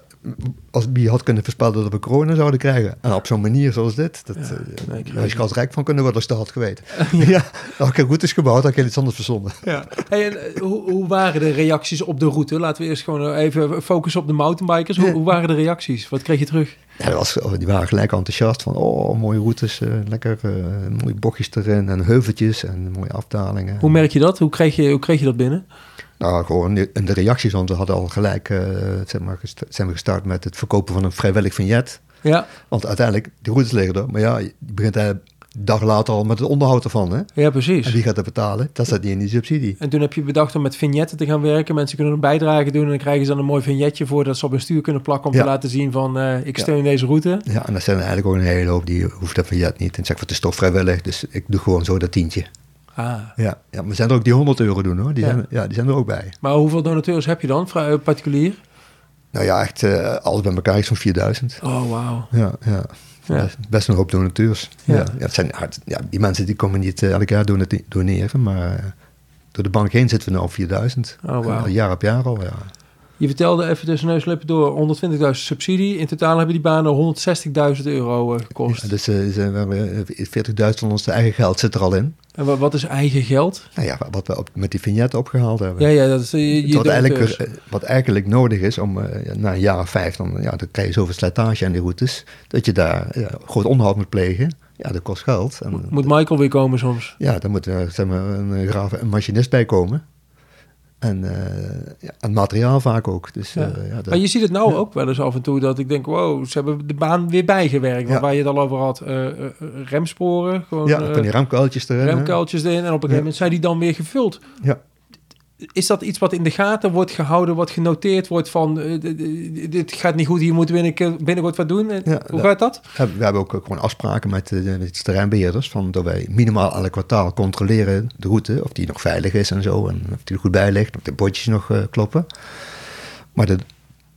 als wie had kunnen voorspellen dat we corona zouden krijgen. En op zo'n manier zoals dit. Dat, ja, uh, nee, daar is je als rijk van kunnen worden als je dat had geweten. ja, ja dat had ik goed is gebouwd, had ik iets anders verzonnen. Ja. Hey, en, uh, hoe, hoe waren de reacties op de route? Laten we eerst gewoon even focussen op de mountainbikers. Hoe, ja. hoe waren de reacties? Wat kreeg je terug? Ja, dat was, die waren gelijk enthousiast van, oh, mooie routes, uh, lekker uh, mooie bochtjes erin en heuveltjes en mooie afdalingen. Hoe merk je dat? Hoe kreeg je, hoe kreeg je dat binnen? Nou, gewoon in de reacties, want we hadden al gelijk, uh, zeg maar, gest- zijn we gestart met het verkopen van een vrijwillig vignet. Ja. Want uiteindelijk, die routes liggen er, maar ja, je begint een dag later al met het onderhoud ervan, hè? Ja, precies. En wie gaat dat betalen? Dat staat niet in die subsidie. En toen heb je bedacht om met vignetten te gaan werken. Mensen kunnen een bijdrage doen en dan krijgen ze dan een mooi vignetje voor dat ze op hun stuur kunnen plakken om ja. te laten zien van uh, ik steun ja. deze route. Ja, en dat zijn er eigenlijk ook een hele hoop die hoeft dat vignet niet. En ik zeg, het is toch vrijwillig, dus ik doe gewoon zo dat tientje. Ah. Ja, ja, maar zijn er ook die honderd euro doen, hoor. Die, Ja. zijn, ja, die zijn er ook bij. Maar hoeveel donateurs heb je dan, vrij, particulier? Nou ja, echt, uh, alles bij elkaar is zo'n vierduizend. Oh, wauw. Ja, ja. Ja. Best, best een hoop donateurs. Ja. Ja. Ja, het zijn hard, ja, die mensen die komen niet uh, elk jaar donate- doneren, maar uh, door de bank heen zitten we nu al vierduizend. Oh, wow. Uh, jaar op jaar al, ja. Je vertelde even tussen neus en lippen door honderdtwintigduizend subsidie. In totaal hebben die banen honderdzestigduizend euro uh, gekost. Ja, dus uh, we veertigduizend van ons eigen geld zit er al in. En wat, wat is eigen geld? Nou ja, wat we op, met die vignetten opgehaald hebben. Ja, ja, dat is uh, je, je wat, eigenlijk, donateurs. uh, wat eigenlijk nodig is om uh, na een jaar of vijf, dan, ja, dan krijg je zoveel slijtage aan die routes, dat je daar ja, groot onderhoud moet plegen. Ja, dat kost geld. En, moet Michael weer komen soms? Ja, daar moet er zeg maar, een, graaf, een machinist bij komen. En uh, ja, het materiaal vaak ook. Dus, ja. Uh, ja, dat, maar je ziet het nou ja. ook wel eens af en toe dat ik denk, wow, ze hebben de baan weer bijgewerkt. Ja. Waar je het al over had, uh, uh, remsporen. Gewoon, ja, van die remkuiltjes erin. Remkuiltjes erin. En op een gegeven ja. moment zijn die dan weer gevuld. Ja. Is dat iets wat in de gaten wordt gehouden, wat genoteerd wordt van, uh, d- d- dit gaat niet goed, hier moeten we binnen, binnenkort wat doen? Ja, Hoe gaat dat? We hebben ook gewoon afspraken met de, met de terreinbeheerders, van dat wij minimaal elk kwartaal controleren de route, of die nog veilig is en zo, en of die er goed bij ligt, of de bordjes nog uh, kloppen. Maar de,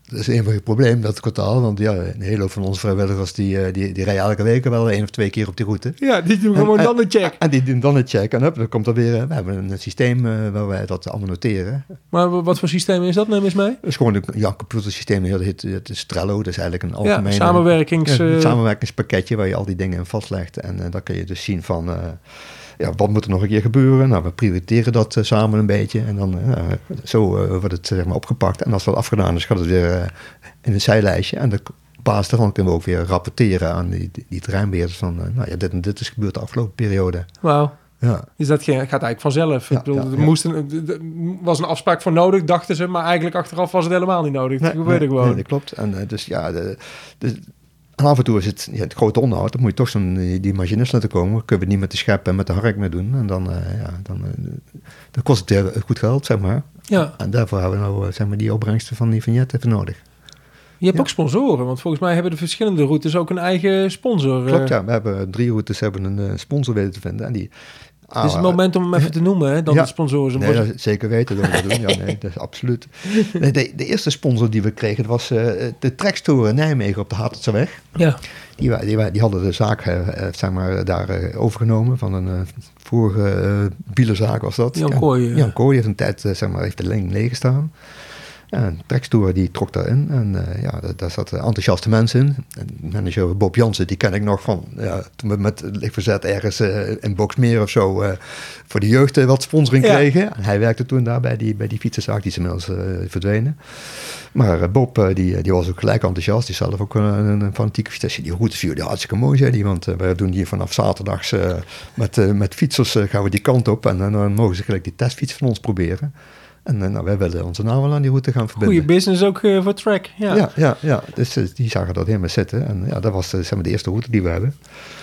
dat is een van het probleem, dat kwartaal. Want ja, een hele hoop van onze vrijwilligers die, die, die, die rijden elke week wel één of twee keer op die route. Ja, die doen gewoon en, dan een check. En die doen dan een check. En hup, dan komt er weer, we hebben een systeem uh, waar wij dat allemaal noteren. Maar wat voor systeem is dat? Neem eens mee. Het is gewoon een ja, computersysteem, het, heet, het is Trello. Dat is eigenlijk een algemeen... Ja, samenwerkings... Ja, een samenwerkingspakketje waar je al die dingen in vastlegt. En uh, dan kun je dus zien van... Uh, ja, wat moet er nog een keer gebeuren? Nou, we prioriteren dat uh, samen een beetje. En dan uh, zo uh, wordt het zeg maar opgepakt. En als dat afgedaan is, gaat het weer uh, in een zijlijstje. En de basis daarvan kunnen we ook weer rapporteren aan die, die, die terreinbeheerders van... Uh, nou ja, dit en dit is gebeurd de afgelopen periode. Wauw. Ja. Dus dat gaat eigenlijk vanzelf. Ja, ik bedoel, ja, er ja. moest een, er was een afspraak voor nodig, dachten ze. Maar eigenlijk achteraf was het helemaal niet nodig. Nee, dat gebeurde nee, gewoon. Nee, dat klopt. En uh, dus ja... De, de, En af en toe is het, ja, het grote onderhoud, dan moet je toch zo'n, die machinist laten komen. Dan kunnen we het niet met de schep en met de hark meer doen. En dan, uh, ja, dan, uh, dan kost het uh, goed geld, zeg maar. Ja. En daarvoor hebben we nou uh, zeg maar, die opbrengsten van die vignet even nodig. Je hebt ja. ook sponsoren, want volgens mij hebben de verschillende routes ook een eigen sponsor. Klopt, ja. We hebben drie routes hebben een uh, sponsor weten te vinden. En die, Het is het moment om hem even te noemen, hè, dan ja. de sponsoren. Nee, dat zeker weten dat we dat doen. Ja, nee, dat is absoluut. Nee, de, de eerste sponsor die we kregen, dat was uh, de Trekstoren Nijmegen op de Hartertseweg. Ja. Die, die, die hadden de zaak uh, zeg maar, daar uh, overgenomen van een uh, vorige uh, bielenzaak was dat. Jan Kooi. Ja, Jan Kooi heeft een tijd uh, zeg maar, heeft de lijn leeg gestaan. Ja, een Trekstoer die trok daarin en uh, ja, daar, daar zaten enthousiaste mensen in. En manager Bob Jansen, die ken ik nog van ja, toen we met lichtverzet ergens uh, in Boxmeer of zo uh, voor de jeugd uh, wat sponsoring ja. kregen. En hij werkte toen daar bij die, bij die fietsenzaak, die is inmiddels uh, verdwenen. Maar uh, Bob, uh, die, die was ook gelijk enthousiast, die is zelf ook uh, een, een fanatieke fietser. Die routes voor jullie hartstikke mooi, zei die, want uh, wij doen hier vanaf zaterdags uh, met, uh, met fietsers uh, gaan we die kant op en uh, dan mogen ze gelijk die testfiets van ons proberen. En nou, wij willen onze naam wel aan die route gaan verbinden. Goeie business ook uh, voor Trek. Ja, ja, ja, ja. Dus uh, die zagen dat helemaal zitten. En ja, dat was uh, zeg maar de eerste route die we hebben.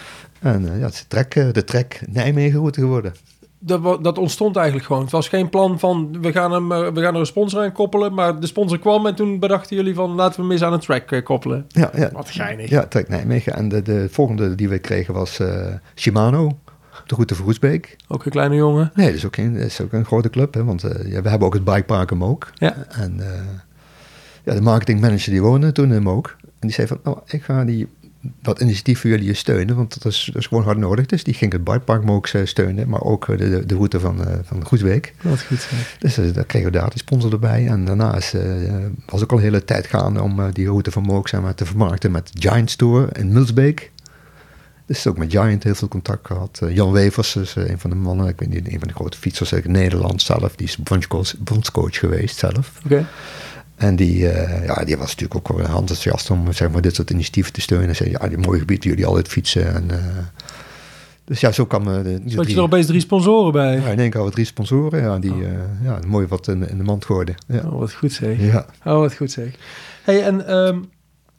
En uh, ja, het is de Trek, uh, de Trek Nijmegen route geworden. Dat, dat ontstond eigenlijk gewoon. Het was geen plan van, we gaan, hem, we gaan er een sponsor aan koppelen. Maar de sponsor kwam en toen bedachten jullie van, laten we hem eens aan een Trek uh, koppelen. Ja, ja. Wat geinig. Ja, Trek Nijmegen. En de, de volgende die we kregen was uh, Shimano. De route voor Groesbeek. Ook een kleine jongen? Nee, dat is ook, geen, dat is ook een grote club. Hè, want uh, ja, we hebben ook het bikepark in Mook. Ja. En uh, ja, de marketingmanager die woonde toen in Mook. En die zei van, nou, ik ga die, dat initiatief voor jullie steunen. Want dat is, dat is gewoon hard nodig. Dus die ging het bikepark Mook steunen. Maar ook de, de, de route van, uh, van Groesbeek. Wat goed. Hè. Dus uh, daar kregen we daar die sponsor erbij. En daarna is, uh, was ook al een hele tijd gaande om uh, die route van Mook zeg maar, te vermarkten met Giant Tour in Mulsbeek. Dus ook met Giant heel veel contact gehad. Uh, Jan Wevers is uh, een van de mannen, ik weet niet, een van de grote fietsers in Nederland zelf. Die is bondscoach, bondscoach geweest zelf. Oké. Okay. En die, uh, ja, die was natuurlijk ook wel enthousiast om zeg maar, dit soort initiatieven te steunen. En zei, ja, die mooie gebied jullie altijd fietsen. En, uh, dus ja, zo kwam... Uh, de, zo had je er opeens drie sponsoren bij. Ja, in één keer hadden we drie sponsoren. Ja, die oh. uh, ja, mooi wat in, in de mand gooiden. Ja. Oh, wat goed zeg. Ja. Oh, wat goed zeg. Hey, en um,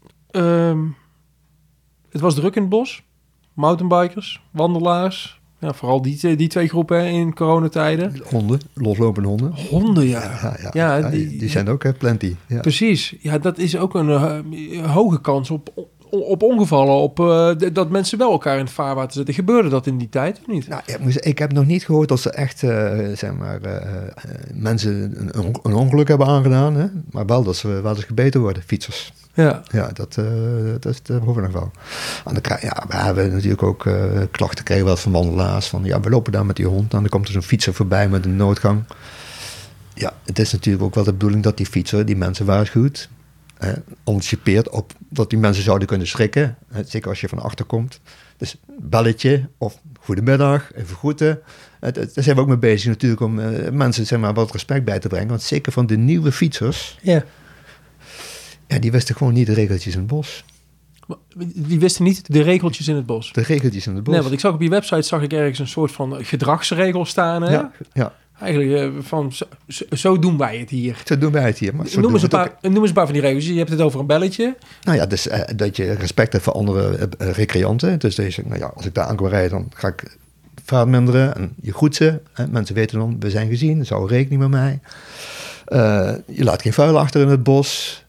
um, het was druk in het bos. Mountainbikers, wandelaars. Ja, vooral die, die twee groepen hè, in coronatijden. Honden, loslopende honden. Honden, ja. Ja, ja, ja, ja die, die, die zijn ook hè, plenty. Ja. Precies. Ja, dat is ook een uh, hoge kans op, op ongevallen. Op, uh, d- dat mensen wel elkaar in het vaarwater zetten. Gebeurde dat in die tijd of niet? Nou, ik heb nog niet gehoord dat ze echt uh, zeg maar, uh, uh, mensen een, een ongeluk hebben aangedaan. Hè? Maar wel dat ze wel eens gebeten worden, fietsers. Ja, ja dat, uh, dat, dat horen we nog wel. En dan, ja, we hebben natuurlijk ook uh, klachten gekregen wel van wandelaars. Van ja, we lopen daar met die hond. En dan komt er zo'n fietser voorbij met een noodgang. Ja, het is natuurlijk ook wel de bedoeling dat die fietser die mensen waarschuwt. Eh, anticipeert op dat die mensen zouden kunnen schrikken. Eh, zeker als je van achter komt. Dus belletje of goedemiddag, even groeten. Eh, daar zijn we ook mee bezig natuurlijk om uh, mensen zeg maar, wat respect bij te brengen. Want zeker van de nieuwe fietsers... Ja. Ja, die wisten gewoon niet de regeltjes in het bos. Die wisten niet de regeltjes in het bos? De regeltjes in het bos. Nee, want ik zag op je website zag ik ergens een soort van gedragsregel staan. Hè? Ja, ja. Eigenlijk uh, van, zo, zo doen wij het hier. Zo doen wij het hier. Maar noem, eens een paar, noem eens een paar van die regels. Je hebt het over een belletje. Nou ja, dus uh, dat je respect hebt voor andere uh, recreanten. Dus deze, nou ja, als ik daar aan kan rijden, dan ga ik vaart minderen. En je groet ze. Hè? Mensen weten dan, we zijn gezien. Er zou rekening met mij. Uh, je laat geen vuil achter in het bos.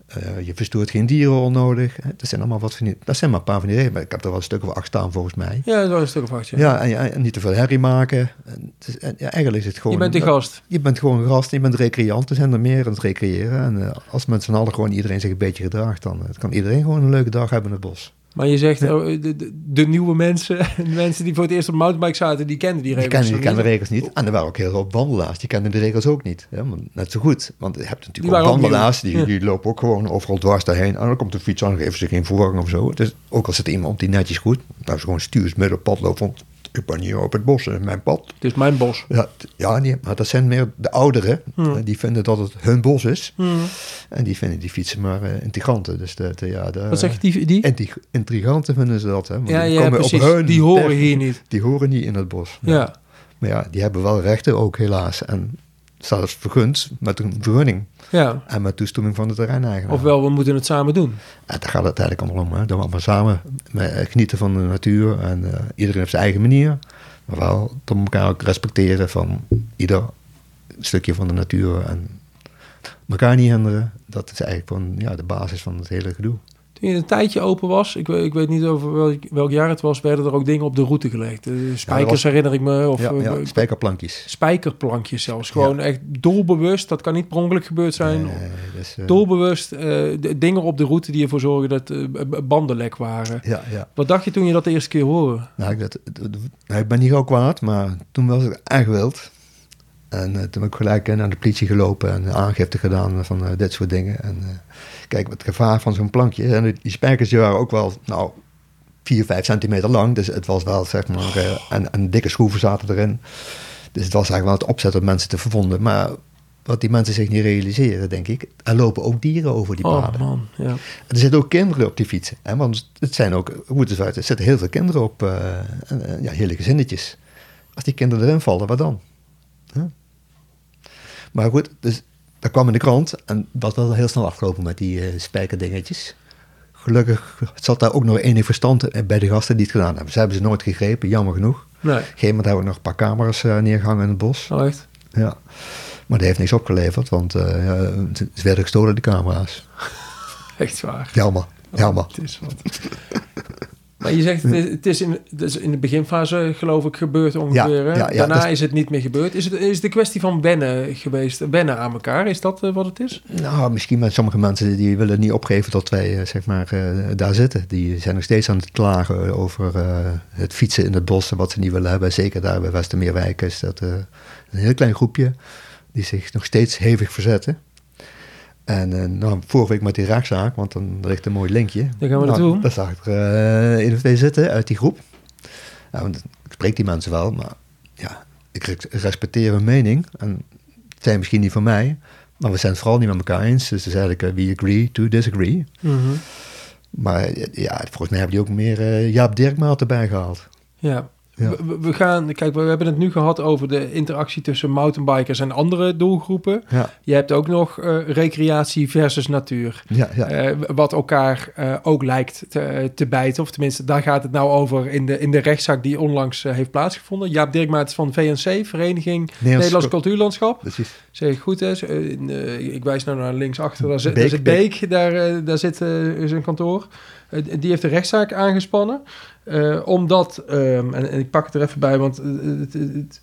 Uh, je verstoort geen dieren onnodig. Hè. Dat zijn allemaal wat van die, dat zijn maar een paar van die regels. Ik heb er wel een stuk of acht staan volgens mij. Ja, dat is wel een stuk of acht, ja. Ja, en, en, en niet te veel herrie maken. En, dus, en, ja, eigenlijk is het gewoon... Je bent de gast. Je bent gewoon een gast, je bent recreant. Er zijn er meer aan het recreëren. En uh, als met z'n allen gewoon iedereen zich een beetje gedraagt, dan uh, kan iedereen gewoon een leuke dag hebben in het bos. Maar je zegt, ja. oh, de, de, de nieuwe mensen, de mensen die voor het eerst op mountainbike zaten, die kenden die regels die kennen, die kennen de regels niet. Oh. En er waren ook heel veel wandelaars, die kenden de regels ook niet. Ja, maar net zo goed. Want je hebt natuurlijk ook wandelaars, die, ja. die lopen ook gewoon overal dwars daarheen. En dan komt de fiets aan, dan geven ze geen voorrang of zo. Dus ook al zit iemand die netjes goed, nou is gewoon stuurs midden op het pad loopt, want ik ben hier op het bos, dat is mijn pad. Het is mijn bos. Ja, t- ja nee, maar dat zijn meer de ouderen. Hmm. Die vinden dat het hun bos is. Hmm. En die vinden die fietsen maar uh, intriganten. Dus de, de, ja, de, Wat zeg je, die? die? Intrig- intriganten vinden ze dat. Hè? Want ja, die ja, komen precies. Op hun die horen ter- hier niet. Die horen niet in het bos. Ja. Ja. Maar ja, die hebben wel rechten ook helaas. En zelfs vergund met een vergunning. Ja. En met toestemming van de terreineigenaar. Ofwel, we moeten het samen doen. En daar gaat het eigenlijk allemaal om. Hè? Dat we allemaal samen met, genieten van de natuur. En uh, iedereen heeft zijn eigen manier. Maar wel tot elkaar ook respecteren van ieder stukje van de natuur. En elkaar niet hinderen. Dat is eigenlijk van, ja, de basis van het hele gedoe. Toen je een tijdje open was, ik weet, ik weet niet over welk, welk jaar het was, werden er ook dingen op de route gelegd. De spijkers ja, was, herinner ik me. Of, ja, ja, spijkerplankjes. Spijkerplankjes zelfs. Gewoon ja. echt doelbewust, dat kan niet per ongeluk gebeurd zijn. Nee, dus, uh, doelbewust uh, de, dingen op de route die ervoor zorgen dat uh, banden lek waren. Ja, ja. Wat dacht je toen je dat de eerste keer hoorde? Nou, ik, dat, nou, ik ben niet gauw kwaad, maar toen was ik erg wild. En uh, toen heb ik gelijk uh, naar de politie gelopen en aangifte gedaan van uh, dit soort dingen. En uh, kijk, het gevaar van zo'n plankje. En die spijkers die waren ook wel, nou, vier, vijf centimeter lang. Dus het was wel, zeg maar, uh, en, en dikke schroeven zaten erin. Dus het was eigenlijk wel het opzetten om mensen te verwonden. Maar wat die mensen zich niet realiseren, denk ik, er lopen ook dieren over die paden. Oh man, ja. Er zitten ook kinderen op die fietsen. Hè? Want het zijn ook, hoe het is uit, er zitten heel veel kinderen op, uh, uh, ja, hele gezinnetjes. Als die kinderen erin vallen, wat dan? Huh? Maar goed, dus dat kwam in de krant en dat was heel snel afgelopen met die uh, spijkerdingetjes. Gelukkig zat daar ook nog enig verstand bij de gasten die het gedaan hebben. Ze hebben ze nooit gegrepen, jammer genoeg. Nee. Op een gegeven moment hebben we nog een paar camera's uh, neergehangen in het bos. Oh, echt? Ja. Maar dat heeft niks opgeleverd, want uh, ja, ze werden gestolen, de camera's. Echt waar? Jammer, jammer. Oh, het is wat. Maar je zegt, het is, het is, in, het is in de beginfase geloof ik gebeurd ongeveer. Ja, ja, ja, Daarna is, is het niet meer gebeurd. Is het, is het een kwestie van wennen geweest, wennen aan elkaar? Is dat uh, wat het is? Nou, misschien met sommige mensen die willen niet opgeven tot wij uh, zeg maar, uh, daar zitten. Die zijn nog steeds aan het klagen over uh, het fietsen in het bos en wat ze niet willen hebben. Zeker daar bij Westermeerwijk is dat uh, een heel klein groepje die zich nog steeds hevig verzetten. En uh, nou, vorige week met die rechtszaak, want dan ligt een mooi linkje. Dan gaan we nou, naartoe. Daar zag ik er uh, één of twee zitten uit die groep. Nou, want ik spreek die mensen wel, maar ja, ik respecteer hun mening. En het zijn misschien niet van mij, maar we zijn het vooral niet met elkaar eens. Dus het is eigenlijk uh, we agree to disagree. Mm-hmm. Maar ja, volgens mij hebben die ook meer uh, Jaap Dirkmaat erbij gehaald. Ja. Ja. We, we gaan, kijk, we hebben het nu gehad over de interactie tussen mountainbikers en andere doelgroepen. Ja. Je hebt ook nog uh, recreatie versus natuur. Ja, ja. Uh, wat elkaar uh, ook lijkt te, te bijten. Of tenminste, daar gaat het nou over in de, in de rechtszaak die onlangs uh, heeft plaatsgevonden. Jaap Dirkmaat van V N C, Vereniging Nederlands, Nederlands Cultuurlandschap. Precies. Zeg ik goed, hè? Uh, ik wijs nou naar linksachter. Daar zit Beek, daar zit Beek, Beek. Daar, uh, daar zit uh, zijn kantoor. Uh, die heeft de rechtszaak aangespannen. Uh, omdat, um, en, en ik pak het er even bij, want uh, het, het, het,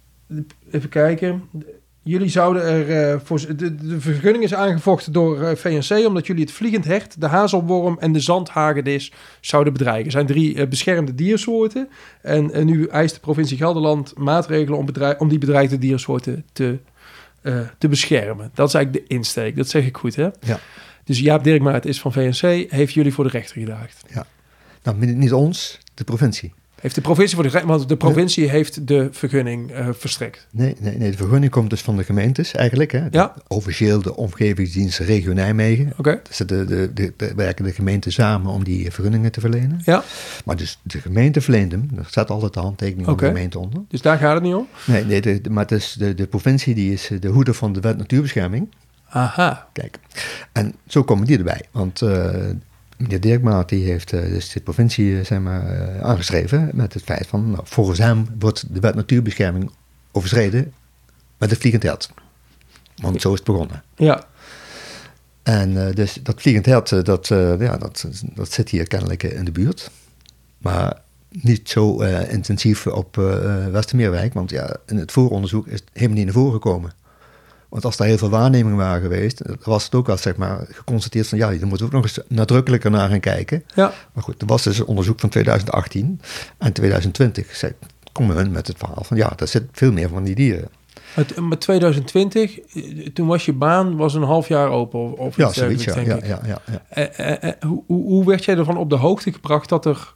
even kijken. Jullie zouden er, uh, voor, de, de vergunning is aangevochten door uh, V N C, omdat jullie het vliegend hert, de hazelworm en de zandhagedis zouden bedreigen. Er zijn drie uh, beschermde diersoorten. En uh, nu eist de provincie Gelderland maatregelen om, bedreig, om die bedreigde diersoorten te, uh, te beschermen. Dat is eigenlijk de insteek, dat zeg ik goed, hè? Ja. Dus Jaap Dirkmaat is van V N C, heeft jullie voor de rechter gedaagd. Ja. Nou, niet ons, de provincie. Heeft de provincie voor de rechter, want de provincie ja. heeft de vergunning uh, verstrekt. Nee, nee, nee, de vergunning komt dus van de gemeentes eigenlijk. Hè? De, ja. Officieel de omgevingsdienst regio Nijmegen. Oké. Okay. Dus de, de, de, de, werken de gemeenten samen om die vergunningen te verlenen. Ja. Maar dus de gemeente verleent hem. Er staat altijd de handtekening okay. van de gemeente onder. Dus daar gaat het niet om? Nee, nee de, de, maar dus de, de provincie die is de hoeder van de wet natuurbescherming. Aha. Kijk, en zo komen die erbij. Want uh, meneer Dirkmaat die heeft uh, dus de provincie uh, zeg maar, uh, aangeschreven met het feit van, nou, volgens hem wordt de wet natuurbescherming overschreden met het vliegend hert. Want zo is het begonnen. Ja. En uh, dus dat vliegend hert, uh, dat, uh, ja, dat, dat zit hier kennelijk in de buurt. Maar niet zo uh, intensief op uh, Westermeerwijk. Want ja, in het vooronderzoek is het helemaal niet naar voren gekomen. Want als er heel veel waarnemingen waren geweest, was het ook al zeg maar geconstateerd van ja, daar moeten we ook nog eens nadrukkelijker naar gaan kijken. Ja. Maar goed, er was dus een onderzoek van twintig achttien en twintig twintig. Zij komen hun met het verhaal van ja, er zit veel meer van die dieren. Met twintig twintig, toen was je baan was een half jaar open of, of ja, iets zoiets, ja, denk ja, ik. ja, ja, ja. Eh, eh, eh, hoe, hoe werd jij ervan op de hoogte gebracht dat er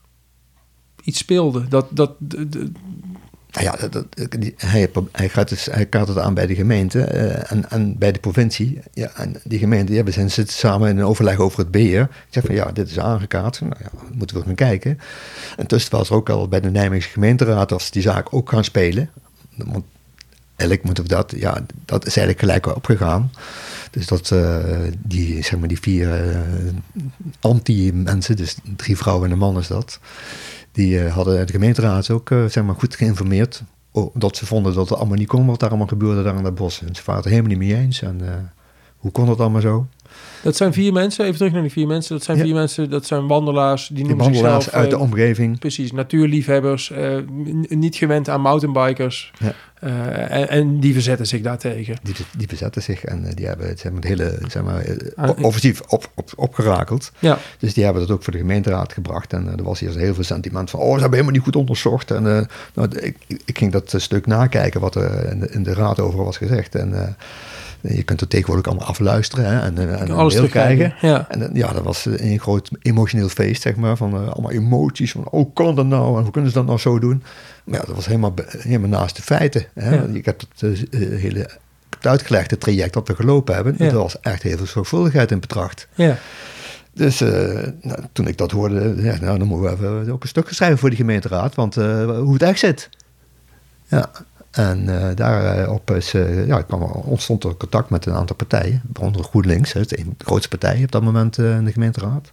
iets speelde? Dat, dat, de, de... Nou ja, dat, dat, die, hij, hij, gaat dus, hij kaart het aan bij de gemeente uh, en, en bij de provincie. Ja, en die gemeente, ja, we zijn zitten samen in een overleg over het beheer. Ik zeg van ja, dit is aangekaart. Nou ja, moeten we gaan kijken. En tussen was er ook al bij de Nijmeegse gemeenteraad als die zaak ook gaan spelen. Want eigenlijk moeten we dat, ja, dat is eigenlijk gelijk opgegaan. Dus dat uh, die, zeg maar, die vier uh, anti-mensen, dus drie vrouwen en een man is dat, die uh, hadden de gemeenteraad ook uh, zeg maar, goed geïnformeerd. Dat ze vonden dat het allemaal niet kon wat daar allemaal gebeurde daar in dat bos. En ze waren het er helemaal niet mee eens. En uh, hoe kon dat allemaal zo? Dat zijn vier mensen, even terug naar die vier mensen. Dat zijn ja. vier mensen, dat zijn wandelaars. Die, die noemen wandelaars zichzelf, uit de uh, omgeving. Precies, natuurliefhebbers. Uh, n- niet gewend aan mountainbikers. Ja. Uh, en, en die verzetten zich daartegen. Die, die verzetten zich en uh, die hebben zeg maar, het hele zeg maar, uh, offensief op, op, opgerakeld. Ja. Dus die hebben dat ook voor de gemeenteraad gebracht. En uh, er was hier heel veel sentiment van, oh, ze hebben helemaal niet goed onderzocht. En uh, nou, ik, ik ging dat stuk nakijken wat er in de, in de raad over was gezegd. En uh, je kunt het tegenwoordig allemaal afluisteren hè, en, en, en alles krijgen. Ja. En ja, dat was een groot emotioneel feest, zeg maar, van uh, allemaal emoties. Van, oh, kan dat nou? En hoe kunnen ze dat nou zo doen? Maar ja, dat was helemaal, helemaal naast de feiten. Hè? Ja. Ik heb het uh, hele het uitgelegd, het traject dat we gelopen hebben. Ja. Er was echt heel veel zorgvuldigheid in betracht. Ja. Dus uh, nou, toen ik dat hoorde, ja, nou, dan moeten we even ook een stuk schrijven voor die gemeenteraad. Want uh, hoe het echt zit. Ja. En uh, daarop is, uh, ja, kwam, ontstond er contact met een aantal partijen, waaronder GroenLinks, hè, de grootste partij op dat moment uh, in de gemeenteraad.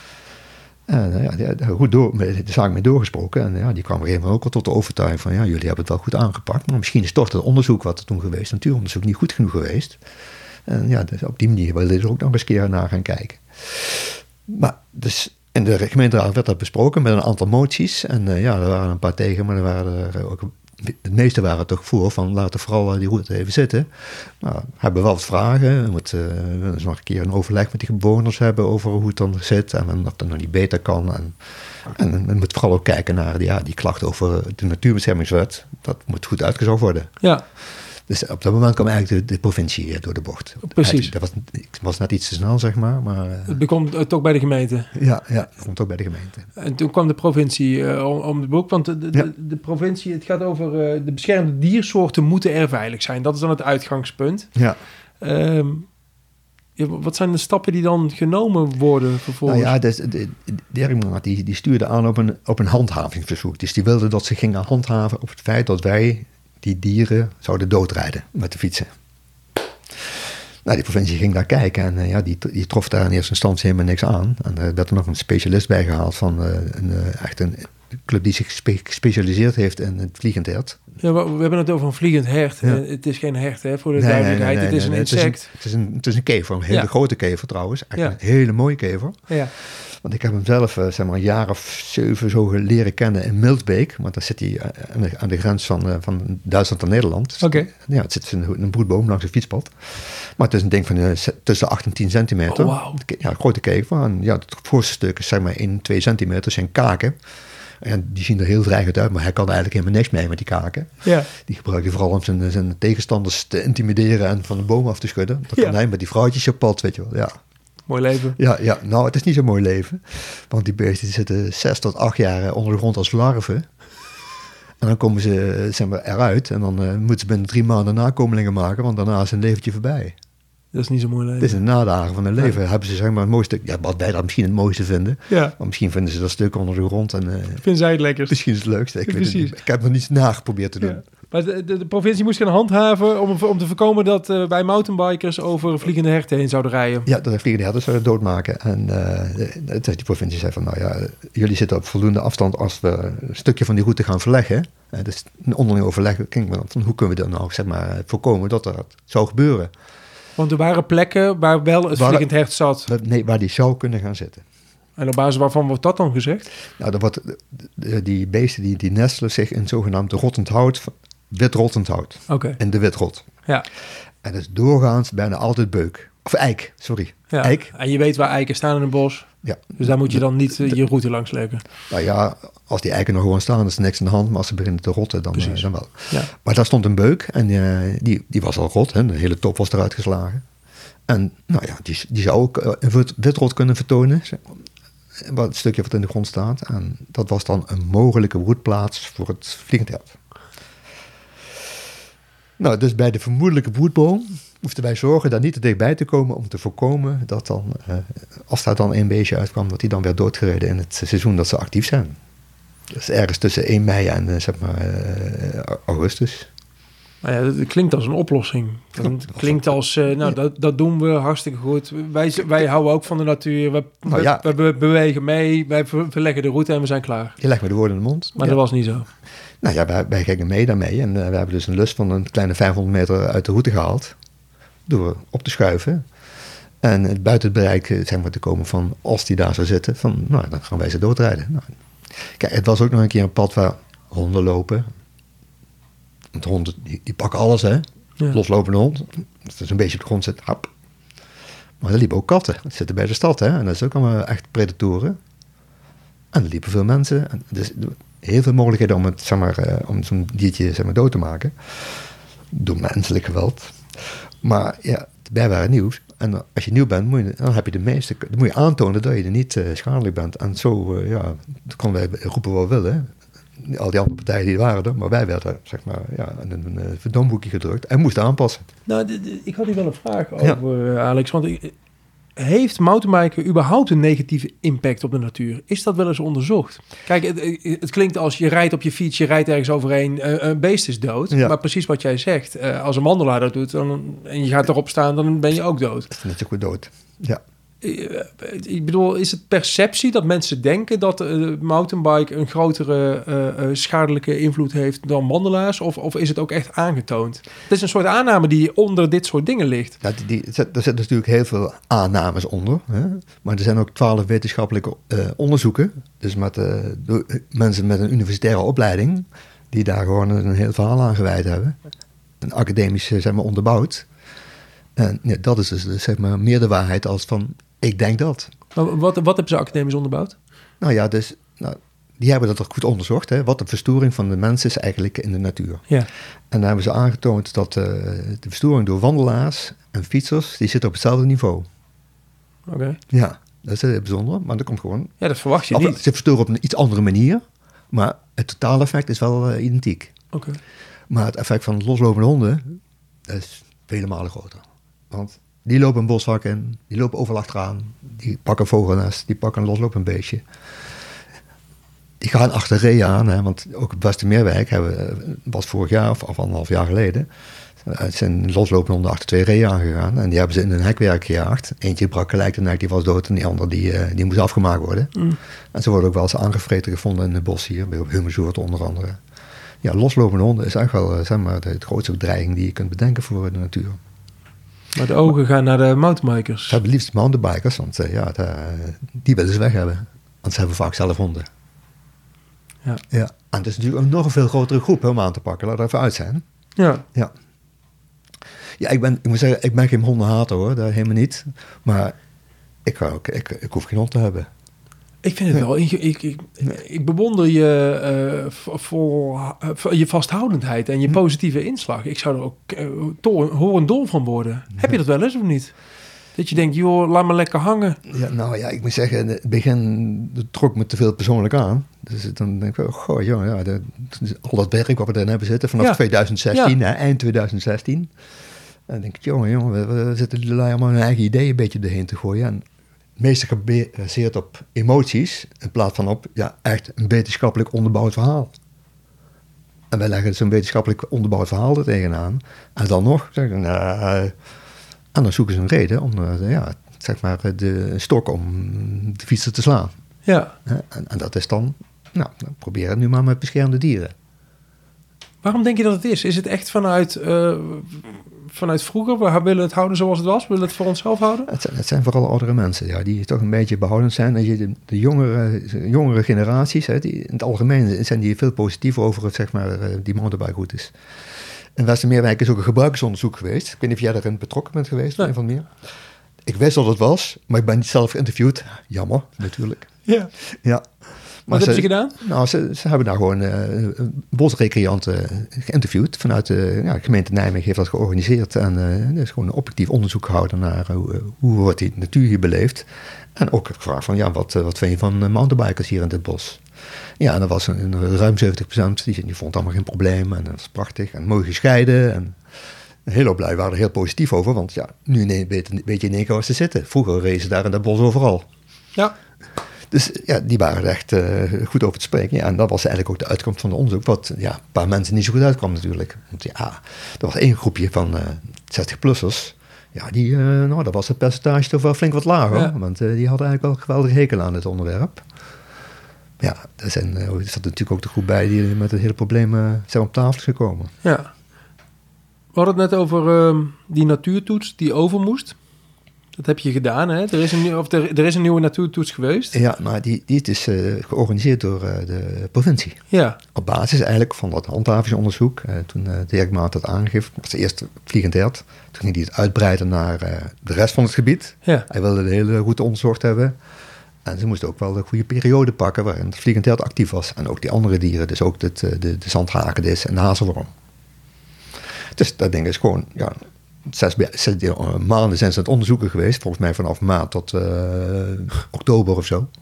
En uh, ja, die hebben goed door, de zaak mee doorgesproken en ja, die kwam op een gegeven moment ook al tot de overtuiging van ja, jullie hebben het wel goed aangepakt, maar misschien is toch het onderzoek wat er toen geweest, natuuronderzoek, niet goed genoeg geweest. En ja, dus op die manier willen we er ook nog eens een keer naar gaan kijken. Maar dus in de gemeenteraad werd dat besproken met een aantal moties en uh, ja, er waren een paar tegen, maar er waren er ook de meeste waren toch voor van laten vooral die route even zitten. Nou, hebben we wel wat vragen. We moeten uh, dus nog een keer een overleg met die bewoners hebben over hoe het dan zit en of dat nog niet beter kan. En, en we moeten vooral ook kijken naar ja, die klacht over de natuurbeschermingswet. Dat moet goed uitgezocht worden. Ja. Dus op dat moment kwam eigenlijk de, de provincie door de bocht. Precies. Dat was, was net iets te snel, zeg maar. maar uh, het bekomt uh, toch bij de gemeente. Ja, ja, het komt ook bij de gemeente. En toen kwam de provincie uh, om, om de boek. Want de, de, ja. de, de provincie, het gaat over uh, de beschermde diersoorten moeten er veilig zijn. Dat is dan het uitgangspunt. Ja. Um, ja, wat zijn de stappen die dan genomen worden vervolgens? Nou ja, dus, de, de, de die, die stuurde aan op een, op een handhavingsverzoek. Dus die wilde dat ze gingen handhaven op het feit dat wij die dieren zouden doodrijden met de fietsen. Nou, die provincie ging daar kijken en uh, ja, die, die trof daar in eerste instantie helemaal niks aan. En er uh, werd er nog een specialist bij gehaald van uh, een, uh, echt een club die zich spe- gespecialiseerd heeft in het vliegend hert. Ja, we hebben het over een vliegend hert. Ja. Het is geen hert, hè, voor de nee, duidelijkheid. Nee, nee, nee, het is nee, een insect. Het is een, het is een, het is een kever, een hele ja. grote kever trouwens. Echt ja. een hele mooie kever. Ja. Want ik heb hem zelf uh, zeg maar een jaar of zeven zo leren kennen in Mildbeek. Want daar zit hij uh, aan, de, aan de grens van, uh, van Duitsland en Nederland. Okay. Ja, het zit in een, een broedboom langs een fietspad. Maar het is een ding van uh, tussen acht en tien centimeter. Oh, wow. Ja, een grote kever. En ja, het voorste stuk is zeg maar één, twee centimeter, zijn kaken. En die zien er heel dreigend uit, maar hij kan eigenlijk helemaal niks mee met die kaken. Ja. Die gebruikt hij vooral om zijn, zijn tegenstanders te intimideren en van de boom af te schudden. Dat ja. kan hij met die vrouwtjes op pad, weet je wel. Ja. Mooi leven. Ja, ja, nou, het is niet zo'n mooi leven. Want die beesten die zitten zes tot acht jaar onder de grond als larven. En dan komen ze zeg maar, eruit en dan uh, moeten ze binnen drie maanden nakomelingen maken, want daarna is hun leventje voorbij. Dat is niet zo'n mooi leven. Het is een nadagen van hun leven. Ja. Hebben ze zeg maar het mooiste, ja, wat wij dat misschien het mooiste vinden. Ja. Maar misschien vinden ze dat stuk onder de grond. En, uh, vinden zij het lekkerst? Misschien is het leukste. Ik, weet het niet. Ik heb nog niets nageprobeerd te doen. Ja. Maar de, de, de provincie moest gaan handhaven om, om te voorkomen dat uh, wij mountainbikers over vliegende herten heen zouden rijden. Ja, dat vliegende herten zouden doodmaken. En uh, die provincie zei van, nou ja, jullie zitten op voldoende afstand als we een stukje van die route gaan verleggen. Uh, dus een onderling overleg ging van, hoe kunnen we dan nou zeg maar voorkomen dat dat zou gebeuren. Want er waren plekken waar wel het Waar- vliegend hert zat. Nee, waar die zou kunnen gaan zitten. En op basis waarvan wordt dat dan gezegd? Nou, dat wordt, de- die beesten die, die nestelen zich in zogenaamd rottend hout, wit rottend hout. Oké, In de witrot. ja. En dat is doorgaans bijna altijd beuk. Of eik, sorry. ja. Eik. En je weet waar eiken staan in een bos. Ja. Dus daar moet je dan niet eh, je route langs leggen. Nou ja, als die eiken nog gewoon staan, is er niks aan de hand. Maar als ze beginnen te rotten, dan, Precies. eh, dan wel. Ja. Maar daar stond een beuk en eh, die, die was al rot. Hè, de hele top was eruit geslagen. En nou ja, die, die zou ook eh, een wit- witrot kunnen vertonen. zeg maar. Wat het stukje wat in de grond staat. En dat was dan een mogelijke broedplaats voor het vliegend hert. Nou, dus bij de vermoedelijke broedboom moesten wij zorgen daar niet te dichtbij te komen om te voorkomen dat dan, eh, als daar dan één beestje uitkwam, dat die dan werd doodgereden in het seizoen dat ze actief zijn. Dus ergens tussen één mei en eh, zeg maar eh, augustus. Nou ja, dat klinkt als een oplossing. Het klinkt als, eh, nou, dat, dat doen we hartstikke goed. Wij, wij houden ook van de natuur. We, Nou we, ja. we be- bewegen mee. Wij ver- verleggen de route en we zijn klaar. Je legt me de woorden in de mond. Maar Ja. dat was niet zo. Nou ja, wij, wij gingen mee daarmee en eh, we hebben dus een lus van een kleine vijfhonderd meter uit de route gehaald. Door op te schuiven. En het buiten het bereik eh, zeg maar, te komen van, als die daar zou zitten, van, nou, dan gaan wij ze doodrijden. Nou, kijk, het was ook nog een keer een pad waar honden lopen. Want honden, die, die pakken alles, hè. Ja. Loslopende hond. Als het een beetje op de grond zit, hap. Maar er liepen ook katten. Dat zitten bij de stad, hè. En dat is ook allemaal echt predatoren. En er liepen veel mensen. En dus heel veel mogelijkheden om, het, zeg maar, eh, om zo'n diertje zeg maar, dood te maken. Door menselijk geweld. Maar ja, wij waren nieuw. En als je nieuw bent, moet je, dan heb je de meeste... Dan moet je aantonen dat je er niet eh, schadelijk bent. En zo, eh, ja, dat konden wij roepen wat we willen. Al die andere partijen die waren er. Maar wij werden, zeg maar, ja, in een, een verdomhoekje gedrukt. En moesten aanpassen. Nou, d- d- ik had hier wel een vraag over, eh, Alex. Want ik, heeft mountainbiken überhaupt een negatieve impact op de natuur? Is dat wel eens onderzocht? Kijk, het, het klinkt als je rijdt op je fiets, je rijdt ergens overheen, eh, een beest is dood. Ja. Maar precies wat jij zegt, eh, als een wandelaar dat doet dan, en je gaat erop staan, dan ben je ook dood. Dat is net zo goed dood. Ja. Eh, Ik bedoel, is het perceptie dat mensen denken dat de mountainbike een grotere eh, eh, schadelijke invloed heeft dan wandelaars? Of, of is het ook echt aangetoond? Het is een soort aanname die onder dit soort dingen ligt. Ja, die, die, er zitten natuurlijk heel veel aannames onder. Hè? Maar er zijn ook twaalf wetenschappelijke eh, onderzoeken. Dus met eh, door mensen met een universitaire opleiding. Die daar gewoon een heel verhaal aan gewijd hebben. Een academisch eh, zeg maar, onderbouwd. En ja, dat is dus zeg maar, meer de waarheid als van, ik denk dat. Maar wat, wat hebben ze academisch onderbouwd? Nou ja, dus nou, die hebben dat ook goed onderzocht. Hè? Wat de verstoring van de mens is eigenlijk in de natuur. Ja. En dan hebben ze aangetoond dat uh, de verstoring door wandelaars en fietsers, die zitten op hetzelfde niveau. Oké. Okay. Ja, dat is heel bijzonder, maar dat komt gewoon... Ja, dat verwacht je of, niet. Ze verstoren op een iets andere manier, maar het totale effect is wel uh, identiek. Oké. Okay. Maar het effect van loslopende honden, dat is vele malen groter. Want die lopen een bosvak in, die lopen overal achteraan, die pakken een vogelnest, die pakken een loslopend beestje. Die gaan achter reeën aan, hè, want ook op Westermeerwijk hebben, was vorig jaar of, of anderhalf jaar geleden, het zijn loslopende honden achter twee reeën aangegaan en die hebben ze in een hekwerk gejaagd. Eentje brak gelijk de nek, die was dood en die andere die, uh, die moest afgemaakt worden. Mm. En ze worden ook wel eens aangevreten gevonden in het bos hier, bij Hummersoort onder andere. Ja, loslopende honden is echt wel zeg maar, de, de grootste bedreiging die je kunt bedenken voor de natuur. Maar de ogen gaan naar de mountainbikers. Ze hebben liefst mountainbikers, want uh, ja, de, die willen ze weg hebben. Want ze hebben vaak zelf honden. Ja. Ja. En het is natuurlijk een nog een veel grotere groep om aan te pakken. Laat er even uit zijn. Ja. Ja. Ja, ik ben, ik moet zeggen, ik ben geen hondenhater hoor, dat helemaal niet. Maar ik, ga ook, ik, ik hoef geen hond te hebben. Ik vind het wel, ik, ik, ik, ik bewonder je, uh, voor, voor je vasthoudendheid en je positieve inslag. Ik zou er ook uh, tol, horendol van worden. Ja. Heb je dat wel eens of niet? Dat je denkt, joh, laat me lekker hangen. Ja, nou ja, ik moet zeggen, in het begin trok me te veel persoonlijk aan. Dus dan denk ik, oh, goh, joh, ja, de, al dat werk wat we erin hebben zitten vanaf ja. twintig zestien, ja. hè, eind twintig zestien. En dan denk ik, jongen, jongen, we, we zitten jullie allemaal hun eigen idee een beetje erheen te gooien. En meestal gebaseerd op emoties, in plaats van op ja, echt een wetenschappelijk onderbouwd verhaal. En wij leggen zo'n wetenschappelijk onderbouwd verhaal er tegenaan. En dan nog, zeg ik, nou, en dan zoeken ze een reden om uh, ja, zeg maar, de stok om de fietser te slaan. Ja. En, en dat is dan, nou, dan proberen het nu maar met beschermde dieren. Waarom denk je dat het is? Is het echt vanuit uh, vanuit vroeger? We willen het houden zoals het was? Willen we het voor onszelf houden? Het zijn, het zijn vooral oudere mensen, ja, die toch een beetje behoudend zijn. En je, de, de jongere, jongere generaties, hè, die, in het algemeen zijn die veel positiever over het, zeg maar, die mountainbike is. In Westermeerwijk is ook een gebruikersonderzoek geweest. Ik weet niet of jij daarin betrokken bent geweest, nee. een van meer. Ik wist dat het was, maar ik ben niet zelf geïnterviewd. Jammer, natuurlijk. Ja. Ja. Wat hebben ze gedaan? Nou, ze, ze hebben daar gewoon uh, bosrecreanten geïnterviewd. Vanuit de ja, gemeente Nijmegen heeft dat georganiseerd. En uh, er is gewoon een objectief onderzoek gehouden naar uh, hoe wordt die natuur hier beleefd. En ook gevraagd van, ja, wat, wat vind je van mountainbikers hier in dit bos? Ja, en dat was een, een ruim zeventig procent. Die, die vond allemaal geen probleem. En dat was prachtig en mooi gescheiden. En heel hoop lui waren er heel positief over. Want ja, nu in weet, weet je in één keer waar ze zitten. Vroeger reden ze daar in dat bos overal. Ja. Dus ja, die waren echt uh, goed over te spreken. Ja, en dat was eigenlijk ook de uitkomst van de onderzoek. Wat ja, een paar mensen niet zo goed uitkwam natuurlijk. Want ja, er was één groepje van uh, zestig-plussers. Ja, die, uh, nou, dat was het percentage toch wel flink wat lager. Ja. Want uh, die hadden eigenlijk wel een geweldige hekel aan het onderwerp. Ja, er, zijn, uh, er zat natuurlijk ook de groep bij die met het hele probleem uh, zijn op tafel gekomen. Ja. We hadden het net over uh, die natuurtoets die over moest. Dat heb je gedaan, hè? Er is een, of er, er is een nieuwe natuurtoets geweest. Ja, maar die, die is uh, georganiseerd door uh, de provincie. Ja. Op basis eigenlijk van dat handhavingsonderzoek. Uh, toen uh, Dirk Maat dat aangeeft, was eerst vliegend hert. Toen ging hij het uitbreiden naar uh, de rest van het gebied. Ja. Hij wilde de hele route onderzocht hebben. En ze moesten ook wel de goede periode pakken waarin het vliegend hert actief was. En ook die andere dieren, dus ook dit, de, de, de zandhagedis en de hazelworm. Dus dat ding is gewoon... Ja, Zes, zes maanden zijn ze aan het onderzoeken geweest. Volgens mij vanaf maart tot uh, oktober of zo.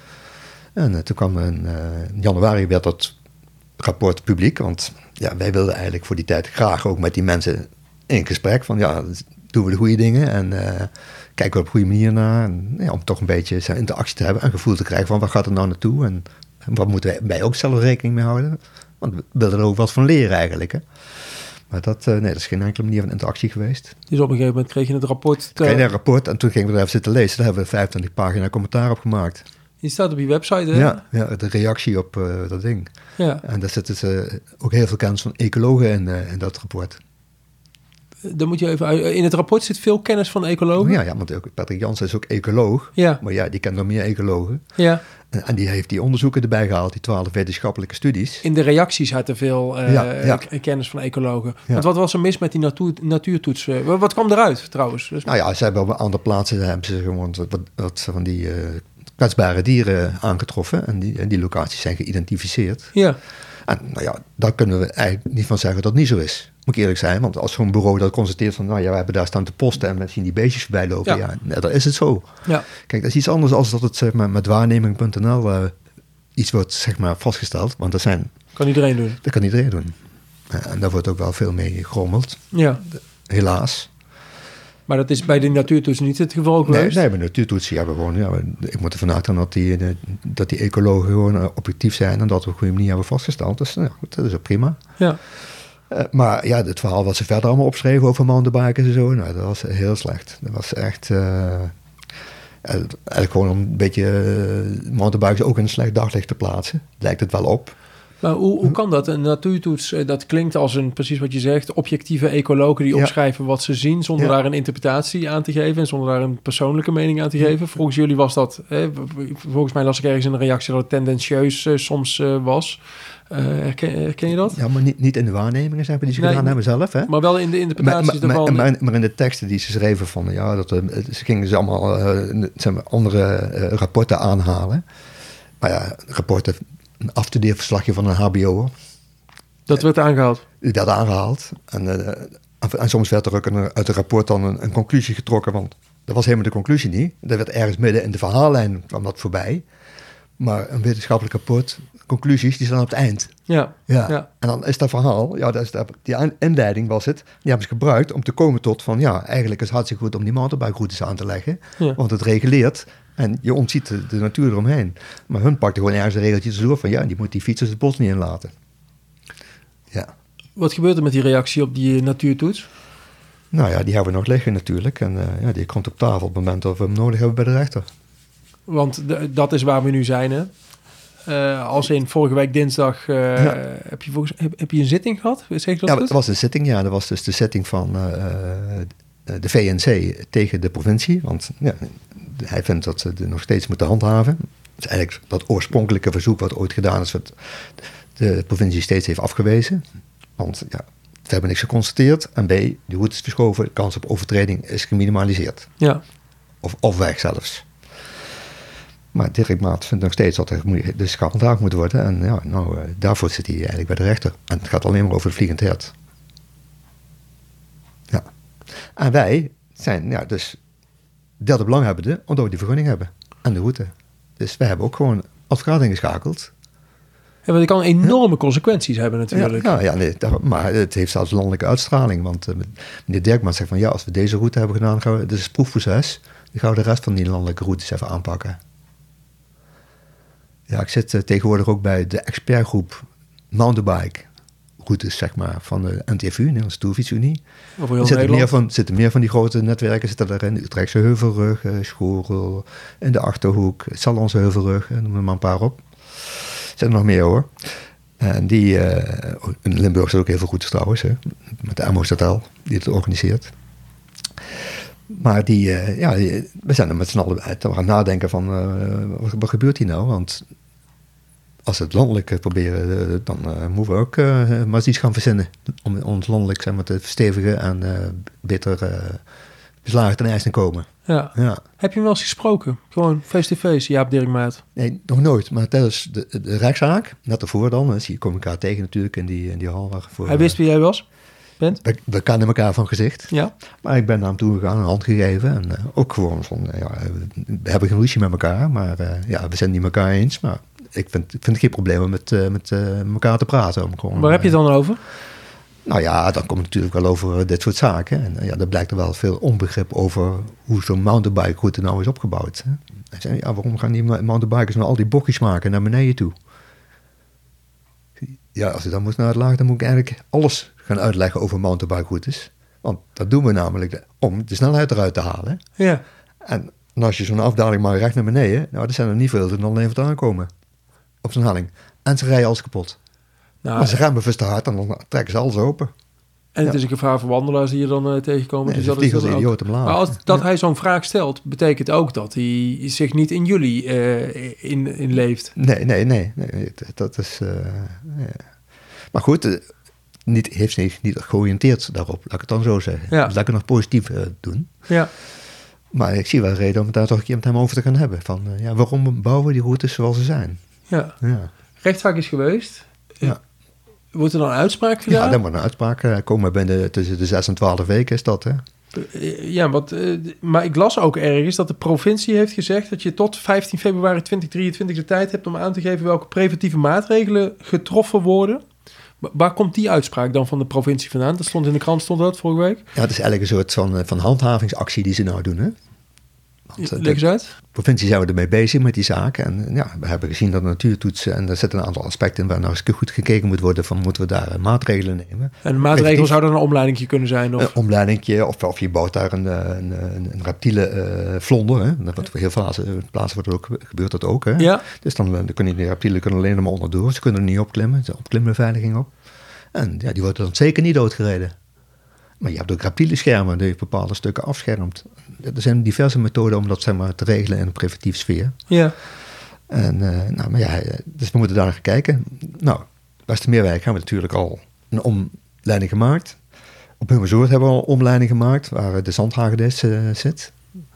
En uh, toen kwam in, uh, in januari werd dat rapport publiek. Want ja, wij wilden eigenlijk voor die tijd graag ook met die mensen in gesprek. Van ja, doen we de goede dingen en uh, kijken we op een goede manier naar. En, ja, om toch een beetje zijn interactie te hebben en gevoel te krijgen van waar gaat het nou naartoe. En, en wat moeten wij, wij ook zelf rekening mee houden. Want we wilden er ook wat van leren eigenlijk, hè. Maar dat, uh, nee, dat is geen enkele manier van interactie geweest. Dus op een gegeven moment kreeg je het rapport. Te... Kreeg je een rapport en toen gingen we er even zitten lezen. Daar hebben we vijfentwintig pagina commentaar op gemaakt. Die staat op je website, hè? Ja, ja, de reactie op uh, dat ding. Ja. En daar zitten ze ook heel veel kennis van ecologen in, uh, in dat rapport. Dan moet je even... In het rapport zit veel kennis van ecologen? Oh, ja, ja, want ook Patrick Jansen is ook ecoloog. Ja. Maar ja, die kent nog meer ecologen. Ja. En, en die heeft die onderzoeken erbij gehaald, die twaalf wetenschappelijke studies. In de reacties had er veel uh, ja, ja. k- kennis van ecologen. Ja. Want wat was er mis met die natuur, natuurtoets? Uh, wat kwam eruit trouwens? Dus... Nou ja, ze hebben op andere plaatsen hebben ze gewoon wat, wat van die uh, kwetsbare dieren aangetroffen. En die, en die locaties zijn geïdentificeerd. Ja. En nou ja, daar kunnen we eigenlijk niet van zeggen dat het niet zo is. Moet ik eerlijk zijn, want als zo'n bureau dat constateert van... nou ja, we hebben daar staan te posten en we zien die beestjes voorbij lopen. Ja, ja dan is het zo. Ja. Kijk, dat is iets anders als dat het zeg maar, met waarneming punt n l uh, iets wordt zeg maar, vastgesteld. Want dat zijn... Kan iedereen doen. Dat kan iedereen doen. En daar wordt ook wel veel mee gerommeld. Ja. Helaas. Maar dat is bij de natuurtoets niet het geval geweest? Nee, nee bij de natuurtoetsen hebben we gewoon... Ja, ik moet ervan uitgaan dat die, de, dat die ecologen gewoon objectief zijn... en dat we op een goede manier hebben vastgesteld. Dus nou, goed, dat is ook prima. Ja. Uh, maar ja, het verhaal wat ze verder allemaal opschreven over mountainbikers en zo... Nou, dat was heel slecht. Dat was echt... Uh, eigenlijk gewoon om een beetje uh, mountainbikers ook in een slecht daglicht te plaatsen. Lijkt het wel op. Maar hoe, hoe kan dat? Een natuurtoets, dat klinkt als een, precies wat je zegt, objectieve ecologen die ja. opschrijven wat ze zien, zonder ja. daar een interpretatie aan te geven en zonder daar een persoonlijke mening aan te geven. Volgens jullie was dat, hè, volgens mij las ik ergens in een reactie dat het tendentieus uh, soms uh, was. Uh, herken, herken je dat? Ja, maar niet, niet in de waarnemingen zeg maar, die ze nee, gedaan hebben zelf. Hè? Maar wel in de interpretaties maar, ervan. Maar, maar, maar in de teksten die ze schreven van, ja, dat, ze gingen ze allemaal uh, zeg maar, andere uh, rapporten aanhalen. Maar ja, rapporten... een afstudeerverslagje van een hbo'er. Dat werd aangehaald? Die werd aangehaald. En, uh, en, en soms werd er ook een, uit het rapport dan een, een conclusie getrokken, want dat was helemaal de conclusie niet. Dat werd ergens midden in de verhaallijn kwam dat voorbij. Maar een wetenschappelijk rapport, conclusies, die staan op het eind. Ja. Ja. ja. En dan is dat verhaal, ja, dat is dat, die inleiding was het, die hebben ze gebruikt om te komen tot van, ja, eigenlijk is het hartstikke goed om die mountainbike-routes aan te leggen. Ja. Want het reguleert en je ontziet de, de natuur eromheen. Maar hun pakten gewoon ergens een regeltje tussendoor van, ja, die moet die fietsers het bos niet inlaten. Ja. Wat gebeurt er met die reactie op die natuurtoets? Nou ja, die hebben we nog liggen natuurlijk. En uh, ja, die komt op tafel op het moment dat we hem nodig hebben bij de rechter. Want d- dat is waar we nu zijn, hè? Uh, als in vorige week dinsdag uh, ja. heb, je volgens, heb, heb je een zitting gehad? Zeg dat ja, goed? dat was een zitting, ja. Dat was dus de zitting van uh, de V N C tegen de provincie. Want ja, hij vindt dat ze het nog steeds moeten handhaven. Dat is eigenlijk dat oorspronkelijke verzoek wat ooit gedaan is, wat de provincie steeds heeft afgewezen. Want ja, we hebben niks geconstateerd. En B, de route is verschoven, de kans op overtreding is geminimaliseerd. Ja. Of, of weg zelfs. Maar Dirk Maat vindt nog steeds dat er dus gehandhaafd moet worden. En ja, nou, uh, daarvoor zit hij eigenlijk bij de rechter. En het gaat alleen maar over het vliegend hert. Ja. En wij zijn ja, dus derde belanghebbende omdat we die vergunning hebben. En de route. Dus wij hebben ook gewoon advocaat ingeschakeld. Ja, want die kan enorme ja. consequenties hebben natuurlijk. Ja, ja nee, daar, maar het heeft zelfs landelijke uitstraling. Want uh, meneer Dirkmaat zegt van ja, als we deze route hebben gedaan, gaan we, dit is het proefproces. Dan gaan we de rest van die landelijke routes even aanpakken. Ja, ik zit uh, tegenwoordig ook bij de expertgroep mountainbike routes, zeg maar, van de N T F U, Nederlandse Toerfietsunie. Over heel er zitten meer, van, zitten meer van die grote netwerken zitten erin. De Utrechtse Heuvelrug, uh, Schorel, in de Achterhoek, Sallandse Heuvelrug, uh, noem er maar een paar op. Er zijn er nog meer hoor. En die, uh, in Limburg zijn ook heel veel routes trouwens, hè, met de M O Z L, die het organiseert. Maar die, uh, ja, die, we zijn er met z'n allen uit. We gaan nadenken van, uh, wat, wat gebeurt hier nou? Want als we het landelijk proberen, uh, dan uh, moeten we ook uh, maar eens iets gaan verzinnen. Om ons landelijk zeg maar, te verstevigen en uh, beter uh, beslagen ten ijs te komen. Ja. Ja. Heb je hem wel eens gesproken? Gewoon face-to-face, Jaap Dirk Maat? Nee, nog nooit. Maar tijdens de, de rechtszaak, net ervoor dan, dan zie je elkaar tegen natuurlijk in die, in die hal. Voor, Hij wist wie jij was? Bent? We, we kennen elkaar van gezicht. Ja. Maar ik ben naar hem toe gegaan, een hand gegeven. En uh, ook gewoon van, ja, we hebben geen ruzie met elkaar. Maar uh, ja, we zijn niet elkaar eens. Maar ik vind, ik vind het geen probleem om met, uh, met uh, elkaar te praten. Om gewoon, Waar heb je het dan over? Nou ja, dan komt het natuurlijk wel over uh, dit soort zaken. En uh, ja, er blijkt er wel veel onbegrip over hoe zo'n mountainbike route nou is opgebouwd. Hè. Hij zei, ja, waarom gaan die mountainbikers nou al die bochtjes maken naar beneden toe? Ja, als ik dat moet uitleggen, dan moet ik eigenlijk alles gaan uitleggen over mountainbike routes. Want dat doen we namelijk om de snelheid eruit te halen. Ja. En als je zo'n afdaling maar recht naar beneden, nou, er zijn er niet veel die dan even aankomen op zo'n helling. En ze rijden alles kapot. Nou, maar ze remmen vast te hard en dan trekken ze alles open. En ja. Het is een gevaar voor wandelaars die je dan uh, tegenkomen. Nee, dus dat is als idioot omlaag. Maar als dat ja. hij zo'n vraag stelt, betekent ook dat hij zich niet in jullie uh, in, in leeft. Nee, nee, nee. nee dat is... Uh, ja. Maar goed, uh, niet, heeft zich niet georiënteerd daarop, laat ik het dan zo zeggen. Ja. Dus laat ik het nog positief uh, doen. Ja. Maar ik zie wel reden om het daar toch een keer met hem over te gaan hebben. Van, uh, ja, waarom bouwen we die routes zoals ze zijn? Ja. ja. Rechtszaak is geweest. Ja. Wordt er dan een uitspraak gedaan? Ja, dan wordt een uitspraak uh, komen binnen tussen de zes en twaalf weken is dat, hè? Ja, wat, uh, maar ik las ook ergens dat de provincie heeft gezegd dat je tot vijftien februari tweeduizend drieëntwintig de tijd hebt om aan te geven welke preventieve maatregelen getroffen worden. Waar komt die uitspraak dan van de provincie vandaan? Dat stond in de krant, stond dat vorige week? Ja, het is eigenlijk een soort van, van handhavingsactie die ze nou doen, hè? Want, Leg eens uit. De provincie zijn we ermee bezig met die zaak. En ja, we hebben gezien dat natuurtoetsen, en er zitten een aantal aspecten in waar nou eens goed gekeken moet worden van moeten we daar maatregelen nemen. En een maatregel zou dan een omleidingje kunnen zijn? Of? Een omleidingje, of, of je bouwt daar een, een, een, een reptiele uh, vlonder. Hè? Wat voor heel veel plaatsen wordt ook, gebeurt dat ook. Hè? Ja. Dus dan, dan kunnen die reptielen kunnen alleen maar onderdoor. Ze kunnen er niet opklimmen. Er is opklimbeveiliging op. En ja, die wordt dan zeker niet doodgereden. Maar je hebt ook reptiele schermen die bepaalde stukken afschermt. Er zijn diverse methoden om dat zeg maar, te regelen in een preventieve sfeer. Ja. En, uh, nou, maar ja, dus we moeten daar naar kijken. Nou, Westermeerwijk hebben we natuurlijk al een omleiding gemaakt. Op Hummerzoord hebben we al een omleiding gemaakt waar de zandhagedis uh, zit.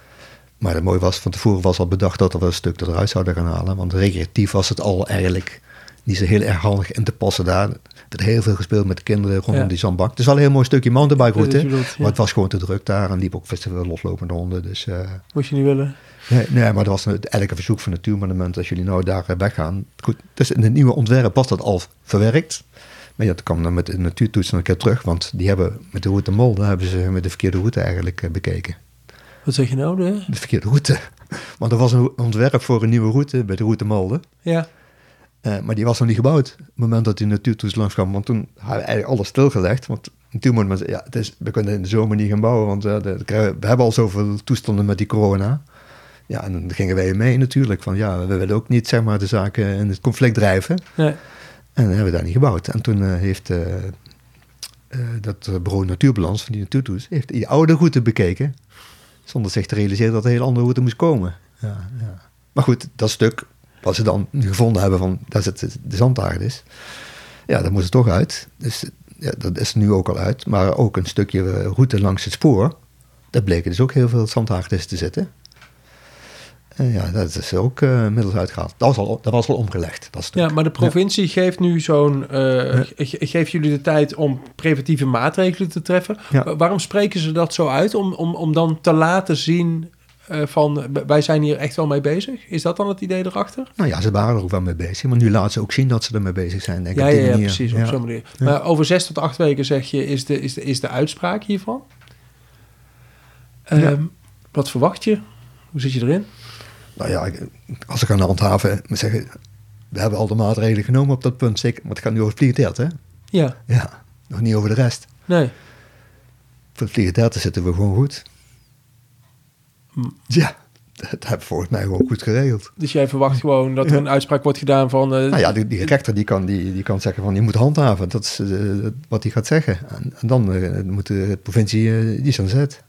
Maar het mooie was, van tevoren was al bedacht dat we een stuk eruit zouden gaan halen. Want recreatief was het al eigenlijk niet zo heel erg handig in te passen daar. Er werd heel veel gespeeld met de kinderen rondom ja. die zandbak. Het is wel een heel mooi stukje mountainbike route. Ja, ja. Maar het was gewoon te druk daar. En liep ook best veel loslopende honden. Dus, uh, moest je niet willen? Nee, nee, maar dat was een, elke verzoek van Natuurmonument. Als jullie nou daar weggaan. Goed, dus in het nieuwe ontwerp was dat al verwerkt. Maar ja, dat kwam dan met de natuurtoets nog een keer terug. Want die hebben met de route Mol, daar hebben ze met de verkeerde route eigenlijk uh, bekeken. Wat zeg je nou? De, de verkeerde route. Want er was een ontwerp voor een nieuwe route bij de route Molde. Ja. Uh, maar die was nog niet gebouwd op het moment dat die natuurtoets langs kwam. Want toen hadden we eigenlijk alles stilgelegd. Want Natuurmonument, ja, het is, we kunnen in de zomer niet gaan bouwen. Want uh, de, we hebben al zoveel toestanden met die corona. Ja, en dan gingen wij mee natuurlijk. Van ja, we willen ook niet zeg maar de zaken in het conflict drijven. Nee. En dan hebben we daar niet gebouwd. En toen uh, heeft uh, uh, dat bureau Natuurbalans van die natuurtoets... heeft die oude route bekeken... zonder zich te realiseren dat er een hele andere route moest komen. Ja, ja. Maar goed, dat stuk wat ze dan gevonden hebben... van daar zit de zandhagedis... ja, dat moest er toch uit. Dus ja, dat is nu ook al uit. Maar ook een stukje route langs het spoor... daar bleken dus ook heel veel zandhagedis te zitten... En ja, dat is ook uh, inmiddels uitgehaald. Dat was al, dat was al omgelegd. Dat ja, maar de provincie ja. geeft nu zo'n... Uh, ja. ge- geeft jullie de tijd om preventieve maatregelen te treffen. Ja. Waarom spreken ze dat zo uit? Om, om, om dan te laten zien uh, van... wij zijn hier echt wel mee bezig? Is dat dan het idee erachter? Nou ja, ze waren er ook wel mee bezig. Maar nu laten ze ook zien dat ze ermee bezig zijn. Denk ik, ja, op die ja, ja, manier. precies. Ja. Op zo'n manier. Ja. Maar over zes tot acht weken zeg je... is de, is de, is de uitspraak hiervan? Um, ja. Wat verwacht je? Hoe zit je erin? Nou ja, als ik aan de handhaven moet zeggen... we hebben al de maatregelen genomen op dat punt. Zeker, maar het gaat nu over het vliegtuig, hè? Ja. Ja, nog niet over de rest. Nee. Voor het vliegtuig zitten we gewoon goed. Hm. Ja, dat hebben we volgens mij gewoon goed geregeld. Dus jij verwacht gewoon dat er een uitspraak wordt gedaan van... Uh, nou ja, die, die rechter die kan, die, die kan zeggen van... je moet handhaven, dat is uh, wat hij gaat zeggen. En, en dan uh, moet de provincie, uh, die is aan zet.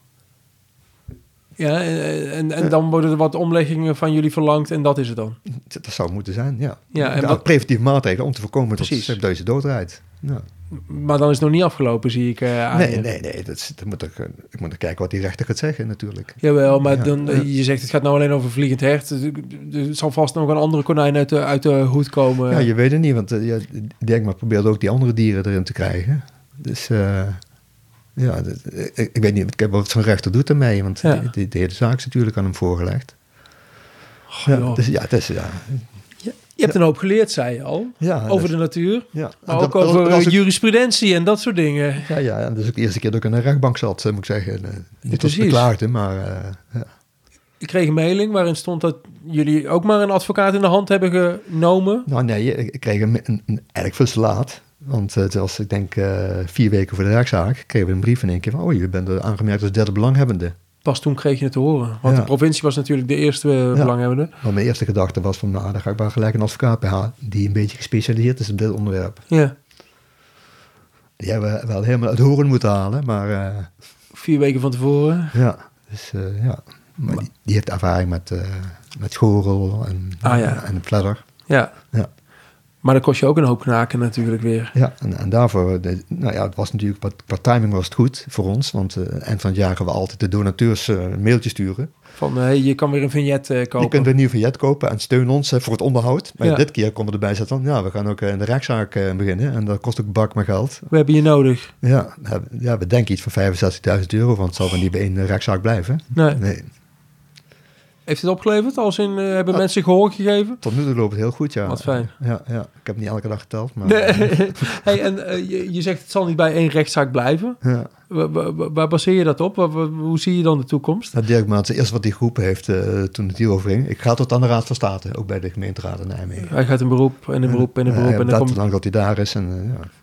Ja, en, en dan worden er wat omleggingen van jullie verlangd en dat is het dan? Dat zou moeten zijn, ja. ja en ja, wat... preventieve maatregelen om te voorkomen Precies. dat deze doodrijdt. Ja. Maar dan is het nog niet afgelopen, zie ik. Uh, aan nee, je. nee, nee. Dat, is, dat moet ik, ik moet er kijken wat die rechter gaat zeggen natuurlijk. Jawel, maar ja, dan, ja. je zegt het gaat nou alleen over vliegend hert. Er zal vast nog een andere konijn uit de, uit de hoed komen. Ja, je weet het niet, want uh, ja, Dirkma probeert ook die andere dieren erin te krijgen. Dus... Uh, Ja, dat, ik, ik weet niet wat zo'n rechter doet ermee, want ja. de, de, de hele zaak is natuurlijk aan hem voorgelegd. Oh, ja, dus, ja, het is, ja. Je, je hebt een hoop geleerd, zei je al, ja, over dus, de natuur, ja, maar dat, ook over dat, dat, dat jurisprudentie en dat soort dingen. Ja, ja, en dat is ook de eerste keer dat ik in een rechtbank zat, moet ik zeggen. Niet als beklaagde, maar... Uh, ja. Ik kreeg een mailing waarin stond dat jullie ook maar een advocaat in de hand hebben genomen. Nou nee, ik kreeg een, een, een eigenlijk veel te laat. Want het was, ik denk, uh, vier weken voor de rechtszaak... kregen we een brief in één keer van... oh, je bent er aangemerkt als derde belanghebbende. Pas toen kreeg je het te horen. Want ja. de provincie was natuurlijk de eerste uh, ja. belanghebbende. Maar mijn eerste gedachte was van... nou, dan ga ik maar gelijk een advocaat bij halen... die een beetje gespecialiseerd is op dit onderwerp. Ja. Die hebben we wel helemaal uit horen moeten halen, maar... Uh, vier weken van tevoren? Ja, dus uh, ja... Maar die, die heeft ervaring met, uh, met schorel en, ah, ja. en pladder. Ja. ja. Maar dan kost je ook een hoop knaken natuurlijk weer. Ja, en, en daarvoor... De, nou ja, het was natuurlijk... Wat, qua timing was het goed voor ons. Want uh, eind van het jaar gaan we altijd de donateurs uh, een mailtje sturen. Van, uh, hey, je kan weer een vignet uh, kopen. Je kunt weer een nieuw vignet kopen en steun ons uh, voor het onderhoud. Maar ja. dit keer konden we erbij zetten... ja, we gaan ook uh, in de rechtszaak uh, beginnen. En dat kost ook een bak met geld. We hebben je nodig. Ja, ja we denken iets van vijfenzestigduizend euro... want het zal wel niet bij één rechtszaak blijven. Nee. nee. Heeft het opgeleverd? Als in, uh, hebben ah, mensen gehoor gegeven? Tot nu toe loopt het heel goed, ja. Wat fijn. Ja, ja. Ik heb niet elke dag geteld, maar... Nee. hey, en uh, je, je zegt het zal niet bij één rechtszaak blijven. Ja. Waar, waar, waar baseer je dat op? Waar, waar, hoe zie je dan de toekomst? Nou, Dirk Maat, het eerste wat hij geroepen heeft uh, toen het hierover ging... ik ga tot aan de Raad van State, ook bij de gemeenteraad in Nijmegen. Hij gaat een beroep en een beroep en een beroep. Ja, en dat komt... lang dat hij daar is. En, uh, ja.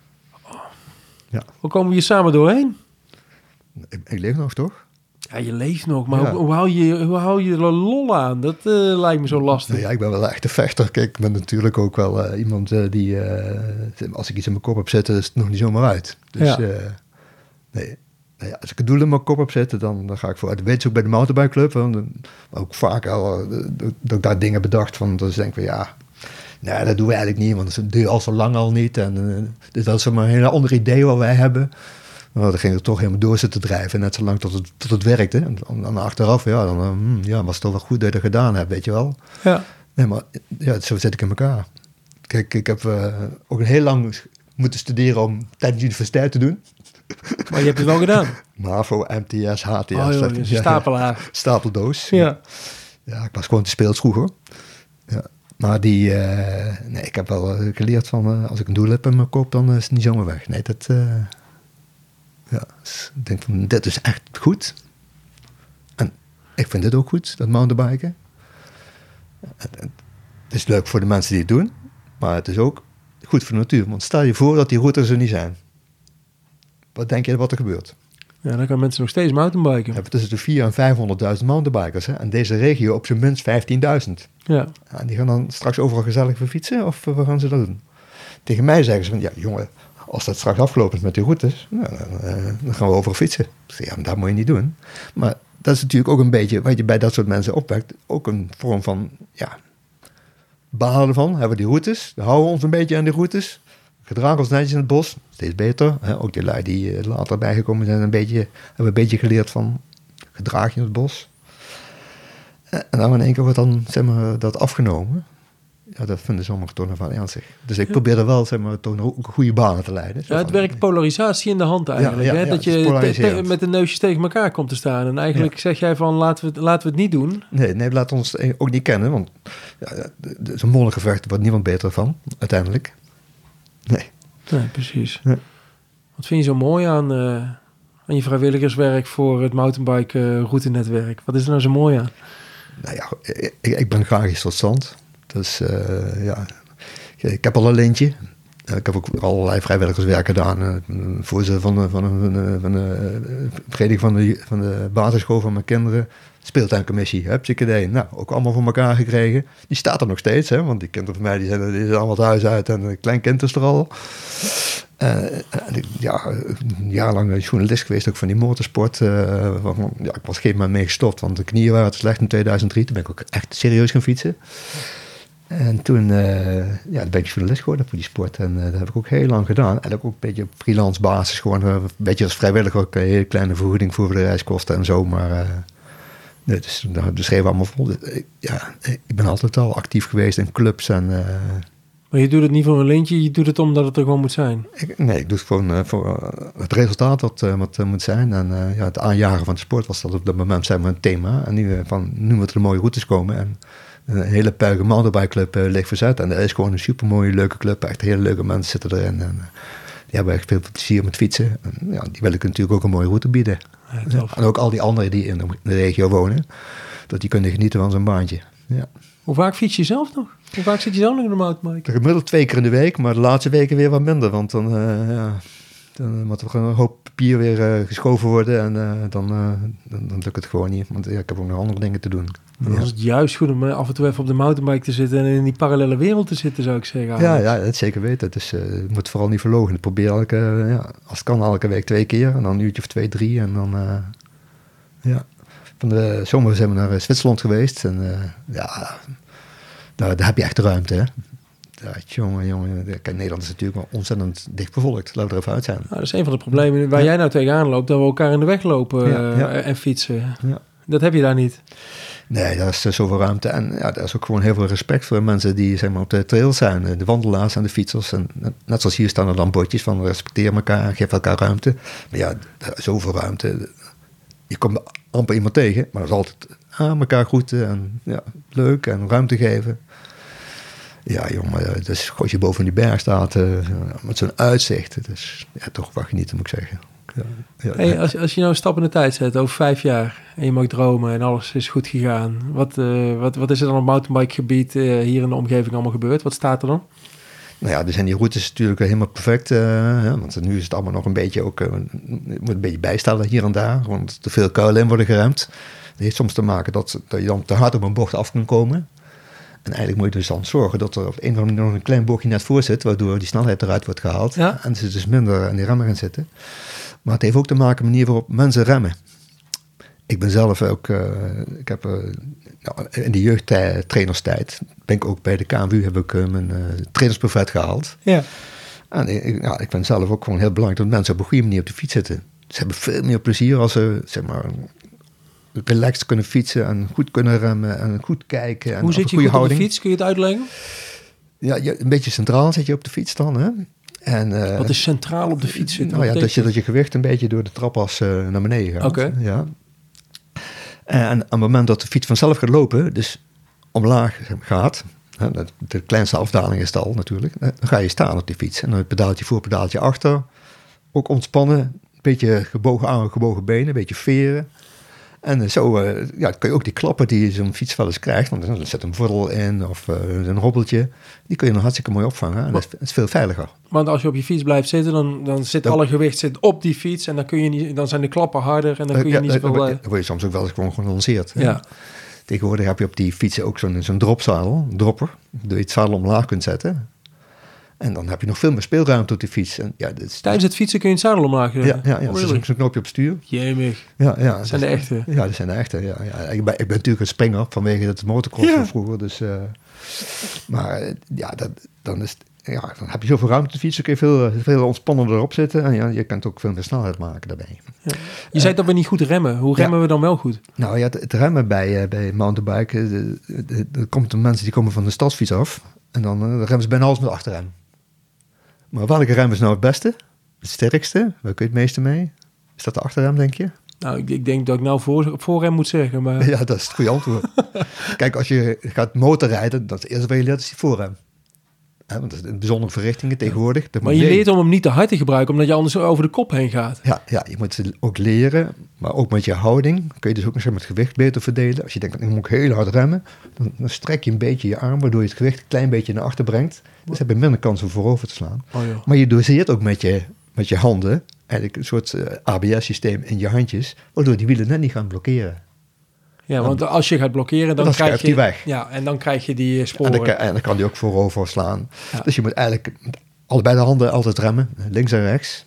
Ja. Hoe komen we hier samen doorheen? Ik, ik leef nog, toch? Ja, je leeft nog, maar ja. hoe, hoe, hou je, hoe hou je de lol aan? Dat uh, lijkt me zo lastig. Ja, ik ben wel echt een vechter. Kijk, ik ben natuurlijk ook wel uh, iemand uh, die... Uh, als ik iets in mijn kop heb zitten, is het nog niet zomaar uit. Dus ja. uh, nee, nou ja, als ik het doel in mijn kop heb zitten, dan, dan ga ik voor. Dat weet je ook bij de mountainbikeclub. Dan, ook vaak al uh, dat ik daar dingen bedacht van. Dus denk ik van ja... Nee, dat doen we eigenlijk niet, want dat doe je al zo lang al niet. En uh, dus dat is maar een hele ander idee wat wij hebben... Nou, dan ging het toch helemaal door zitten drijven. Net zolang tot het, tot het werkte. En dan achteraf, ja, dan hmm, ja, was het toch wel goed dat je dat gedaan hebt, weet je wel. Ja. Nee, maar ja, zo zit ik in elkaar. Kijk, ik heb uh, ook heel lang moeten studeren om tijdens de universiteit te doen. Maar je hebt het wel gedaan. MAVO, M T S, H T S. Oh, joh, je ja, stapelaar. Stapeldoos. Ja. Ja, ik was gewoon te speels vroeger. Ja. Maar die, uh, nee, ik heb wel uh, geleerd van, uh, als ik een doel heb in mijn kop, dan is het niet zomaar weg. Nee, dat... Uh, Ja, dus ik denk van, dit is echt goed. En ik vind dit ook goed, dat mountainbiken. Het is leuk voor de mensen die het doen, maar het is ook goed voor de natuur. Want stel je voor dat die routes er niet zijn. Wat denk je wat er gebeurt? Ja, dan gaan mensen nog steeds mountainbiken. We hebben tussen de vierhonderd en vijfhonderdduizend mountainbikers. Hè? En deze regio op zijn minst vijftienduizend. Ja. En die gaan dan straks overal gezellig voor fietsen? Of wat gaan ze dan doen? Tegen mij zeggen ze van, ja jongen, als dat straks afgelopen is met die routes, nou, dan, uh, dan gaan we overal fietsen. Ik zeg, ja, maar dat moet je niet doen. Maar dat is natuurlijk ook een beetje, wat je bij dat soort mensen opwekt, ook een vorm van, ja, balen ervan. Hebben we die routes, dan houden we ons een beetje aan die routes. Gedragen ons netjes in het bos, steeds beter. Hè? Ook die lui die uh, later bijgekomen zijn, een beetje, hebben een beetje geleerd van gedrag je in het bos. En dan in één keer wordt dan, zeg maar, dat afgenomen. Ja, dat vinden sommigen toch nog wel ernstig. Dus ik probeer er wel, zeg maar, toch nog ook goede banen te leiden. Ja, het van, werkt polarisatie in de hand eigenlijk. Ja, ja, hè? ja, dat je te, te, met de neusjes tegen elkaar komt te staan. En eigenlijk ja. zeg jij van, laten we, het, laten we het niet doen. Nee, nee, laten we ons ook niet kennen. Want ja, zo'n monnigenvecht wordt niemand beter van, uiteindelijk. Nee. Nee, precies. Ja. Wat vind je zo mooi aan, uh, aan je vrijwilligerswerk voor het mountainbike uh, routenetwerk? Wat is er nou zo mooi aan? Nou ja, ik, ik ben graag eens tot stand. Dus uh, ja, ik heb al een lintje. Uh, ik heb ook allerlei vrijwilligerswerk gedaan. Uh, voorzitter van de, van de, van de, van de vereniging van de, van de basisschool van mijn kinderen. Speeltuincommissie, hupsakee. Nou, ook allemaal voor elkaar gekregen. Die staat er nog steeds, hè, want die kinderen van mij die zijn, die zijn allemaal het huis uit en een klein kind is er al. Uh, ja, een jaar lang journalist geweest, ook van die motorsport. Uh, waarvan, ja, ik was op een gegeven moment mee gestopt, want de knieën waren te slecht in tweeduizend drie. Toen ben ik ook echt serieus gaan fietsen. En toen uh, ja, ben ik journalist geworden voor die sport. En uh, dat heb ik ook heel lang gedaan. En ook een beetje op freelance basis. Gewoon uh, een beetje als vrijwilliger. Ook een hele kleine vergoeding voor de reiskosten en zo. Maar uh, nee, dus, dat schreef allemaal vol. Ja, ik ben altijd al actief geweest in clubs. En, uh, maar je doet het niet voor een lintje. Je doet het omdat het er gewoon moet zijn. Ik, nee, ik doe het gewoon uh, voor uh, het resultaat wat, uh, wat uh, moet zijn. En uh, ja, het aanjagen van de sport was dat op dat moment zeg maar, een thema. En nu, uh, van, nu moeten er mooie routes komen. En een hele puige mountainbikeclub uh, ligt verzet. En dat is gewoon een supermooie, leuke club. Echt hele leuke mensen zitten erin. En uh, die hebben echt veel plezier met fietsen. En, ja, die wil ik natuurlijk ook een mooie route bieden. Ja, en ook al die anderen die in de, de regio wonen. Dat die kunnen genieten van zo'n baantje. Ja. Hoe vaak fiets je zelf nog? Hoe vaak zit je zelf nog in de mountainbike? Gemiddeld twee keer in de week. Maar de laatste weken weer wat minder. Want dan, uh, ja, dan moet er een hoop papier weer uh, geschoven worden. En uh, dan, uh, dan, dan lukt het gewoon niet. Want ja, ik heb ook nog andere dingen te doen. Dan ja. is het juist goed om af en toe even op de mountainbike te zitten en in die parallele wereld te zitten, zou ik zeggen. Ja, ja, dat zeker weten. Dus uh, je moet vooral niet verloochenen. Ik probeer elke, uh, ja, als het kan, elke week twee keer. En dan een uurtje of twee, drie. En dan, uh, ja. Van de zomer zijn we naar Zwitserland geweest. En uh, ja, daar, daar heb je echt de ruimte, hè. Ja, jongen, jongen. Nederland is natuurlijk wel ontzettend dicht bevolkt. Laten we er even uit zijn. Nou, dat is een van de problemen waar ja. jij nou tegenaan loopt. Dat we elkaar in de weg lopen ja, ja. Uh, en fietsen. Ja. Dat heb je daar niet. Nee, daar is uh, zoveel ruimte. En ja, daar is ook gewoon heel veel respect voor mensen die zeg maar, op de trails zijn. De wandelaars en de fietsers. En net zoals hier staan er dan bordjes van respecteer elkaar, geef elkaar ruimte. Maar ja, daar is zoveel ruimte. Je komt amper iemand tegen, maar dat is altijd aan elkaar groeten en ja, leuk en ruimte geven. Ja, jongen, dus als je boven die berg staat uh, met zo'n uitzicht, het is ja, toch wat genieten, moet ik zeggen. Ja, ja, hey, als, als je nou een stap in de tijd zet over vijf jaar en je mag dromen en alles is goed gegaan, wat, uh, wat, wat is er dan op mountainbikegebied uh, hier in de omgeving allemaal gebeurd? Wat staat er dan? Nou ja, er zijn die routes natuurlijk helemaal perfect. Uh, ja, want nu is het allemaal nog een beetje ook... Uh, moet een beetje bijstellen hier en daar. Want te veel kuilen in worden geremd. Dat heeft soms te maken dat, dat je dan te hard op een bocht af kan komen. En eigenlijk moet je dus dan zorgen dat er op een of andere manier nog een klein bochtje net voor zit. Waardoor die snelheid eruit wordt gehaald. Ja. En ze dus minder aan die remmen gaan zitten. Maar het heeft ook te maken met de manier waarop mensen remmen. Ik ben zelf ook... Uh, ik heb... Uh, Nou, in de jeugdtrainerstijd ben ik ook bij de K N W U heb ik uh, mijn uh, trainersbuffet gehaald. Ja. En ik, ja, ik vind zelf ook gewoon heel belangrijk dat mensen op een goede manier op de fiets zitten. Ze hebben veel meer plezier als ze zeg maar relaxed kunnen fietsen en goed kunnen remmen en goed kijken. En hoe zit je goed houding. Op de fiets? Kun je het uitleggen? Ja, je, een beetje centraal zit je op de fiets dan, hè? En, uh, wat is centraal op de fiets zitten? Nou ja, dat je, dat je gewicht een beetje door de trapas uh, naar beneden gaat. Oké. Okay. Ja. En op het moment dat de fiets vanzelf gaat lopen, dus omlaag gaat, de kleinste afdaling is het al natuurlijk, dan ga je staan op die fiets. En dan pedaaltje voor, pedaaltje achter. Ook ontspannen, een beetje gebogen armen, gebogen benen, een beetje veren. En zo uh, ja, kun je ook die klappen die zo'n fiets wel eens krijgt, want er zit een voddel in of uh, een hobbeltje, die kun je nog hartstikke mooi opvangen. En dat is, dat is veel veiliger. Want als je op je fiets blijft zitten, dan, dan zit ja. alle gewicht zit op die fiets en dan, kun je niet, dan zijn de klappen harder en dan kun je uh, ja, niet zoveel... Dan uh, word je soms ook wel eens gewoon gelanceerd. Ja. Tegenwoordig heb je op die fietsen ook zo'n, zo'n dropzadel, een dropper, door je het zadel omlaag kunt zetten. En dan heb je nog veel meer speelruimte op die fiets. En ja, is, Tijdens het fietsen kun je het zadel omlaag zetten? Ja, ja, ja. Oh, er is zo'n knopje op het stuur. Jemig. Ja, ja, dat zijn de echte? Ja, dat zijn de echte. Ja, ja. Ik, ben, ik ben natuurlijk een springer vanwege het motocross van ja. vroeger. Dus, uh, maar ja, dat, dan, is, ja, dan heb je zoveel ruimte op de fiets. Dan kun je veel, veel ontspannender erop zitten. En ja, je kunt ook veel meer snelheid maken daarbij. Ja. Je uh, zei dat we niet goed remmen. Hoe remmen ja. we dan wel goed? Nou ja, het, het remmen bij, uh, bij mountainbiken. Er komen mensen die komen van de stadsfiets af. En dan uh, remmen ze bijna alles met achterrem. Maar welke rem is nou het beste? Het sterkste? Waar kun je het meeste mee? Is dat de achterrem, denk je? Nou, ik, ik denk dat ik nou voor, voorrem moet zeggen. Maar... Ja, dat is het goede antwoord. Kijk, als je gaat motorrijden, dat is het eerste wat je leert, is die voorrem. Ja, want dat is een bijzondere verrichtingen tegenwoordig. Dat maar je leert om hem niet te hard te gebruiken, omdat je anders over de kop heen gaat. Ja, ja, je moet ze ook leren, maar ook met je houding kun je dus ook nog met het gewicht beter verdelen. Als je denkt, ik moet heel hard remmen, dan, dan strek je een beetje je arm, waardoor je het gewicht een klein beetje naar achter brengt. Dus heb je minder kans om voorover te slaan. Oh, ja. Maar je doseert ook met je, met je handen, eigenlijk een soort uh, A B S-systeem in je handjes, waardoor die wielen net niet gaan blokkeren. Ja, want als je gaat blokkeren, dan, dan krijg je die weg. Ja, en dan krijg je die sporen. En dan, en dan kan die ook voorover slaan. Ja. Dus je moet eigenlijk met allebei de handen altijd remmen, links en rechts.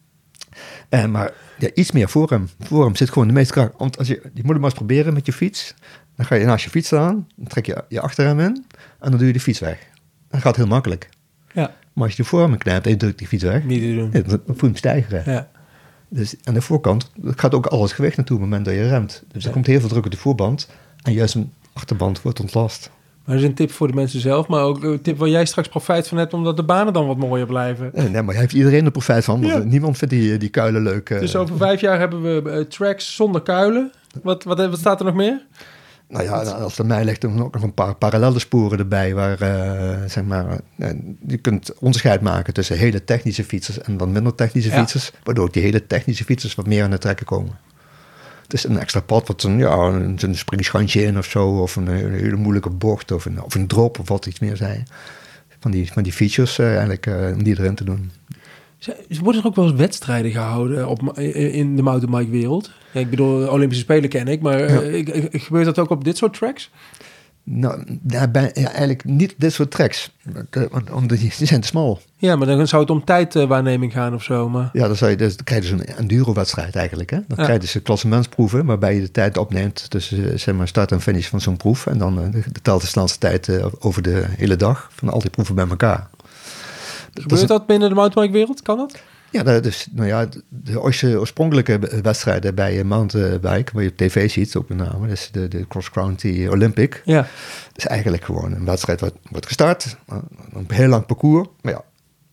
En maar ja, iets meer voorrem. Voorrem zit gewoon de meeste kracht. Want als je, je moet hem maar eens proberen met je fiets. Dan ga je naast je fiets staan, dan trek je je achterrem in en dan doe je de fiets weg. Dat gaat heel makkelijk. Ja. Maar als je de voorrem knijpt en je drukt die fiets weg, niet te doen. Ja, dan voel je hem stijgeren. Ja. Dus aan de voorkant gaat ook al het gewicht naartoe op het moment dat je remt. Dus er ja. komt heel veel druk op de voorband en juist een achterband wordt ontlast. Maar dat is een tip voor de mensen zelf, maar ook een tip waar jij straks profijt van hebt, omdat de banen dan wat mooier blijven. Nee, nee maar daar heeft iedereen er profijt van, want ja. niemand vindt die, die kuilen leuk. Uh... Dus over vijf jaar hebben we uh, tracks zonder kuilen. Wat, wat, wat staat er nog meer? Nou ja, als er mij ligt dan ook nog een paar parallelle sporen erbij, waar uh, zeg maar, uh, je kunt onderscheid maken tussen hele technische fietsers en dan minder technische ja. fietsers, waardoor die hele technische fietsers wat meer aan het trekken komen. Het is een extra pad, wat een, ja, een, een springschansje in of zo, of een, een hele moeilijke bocht, of een, of een drop, of wat iets meer zijn. Van die, van die features uh, eigenlijk, uh, om die erin te doen. Worden er ook wel eens wedstrijden gehouden op, in de mountainbike-wereld? Ja, ik bedoel, Olympische Spelen ken ik, maar ja. uh, gebeurt dat ook op dit soort tracks? Nou, ja, bij, ja, eigenlijk niet dit soort tracks, want die, die zijn te smal. Ja, maar dan zou het om tijdwaarneming gaan of zo. Maar... Ja, dan, zou je, dus, dan krijg je dus een enduro-wedstrijd eigenlijk. Hè? Dan ja. krijg je dus een klassementsproeven waarbij je de tijd opneemt tussen zeg maar, start en finish van zo'n proef. En dan uh, de, de telt de snelste tijd uh, over de hele dag van al die proeven bij elkaar. Gebeurt dat, dat binnen de mountainbike-wereld? Kan dat? Ja, dat, dus, nou ja, de oorspronkelijke wedstrijden bij mountainbike, waar je op tv ziet, ook met name, dus de, de Cross Country Olympic. Ja. is eigenlijk gewoon een wedstrijd wat wordt gestart, een heel lang parcours, maar ja,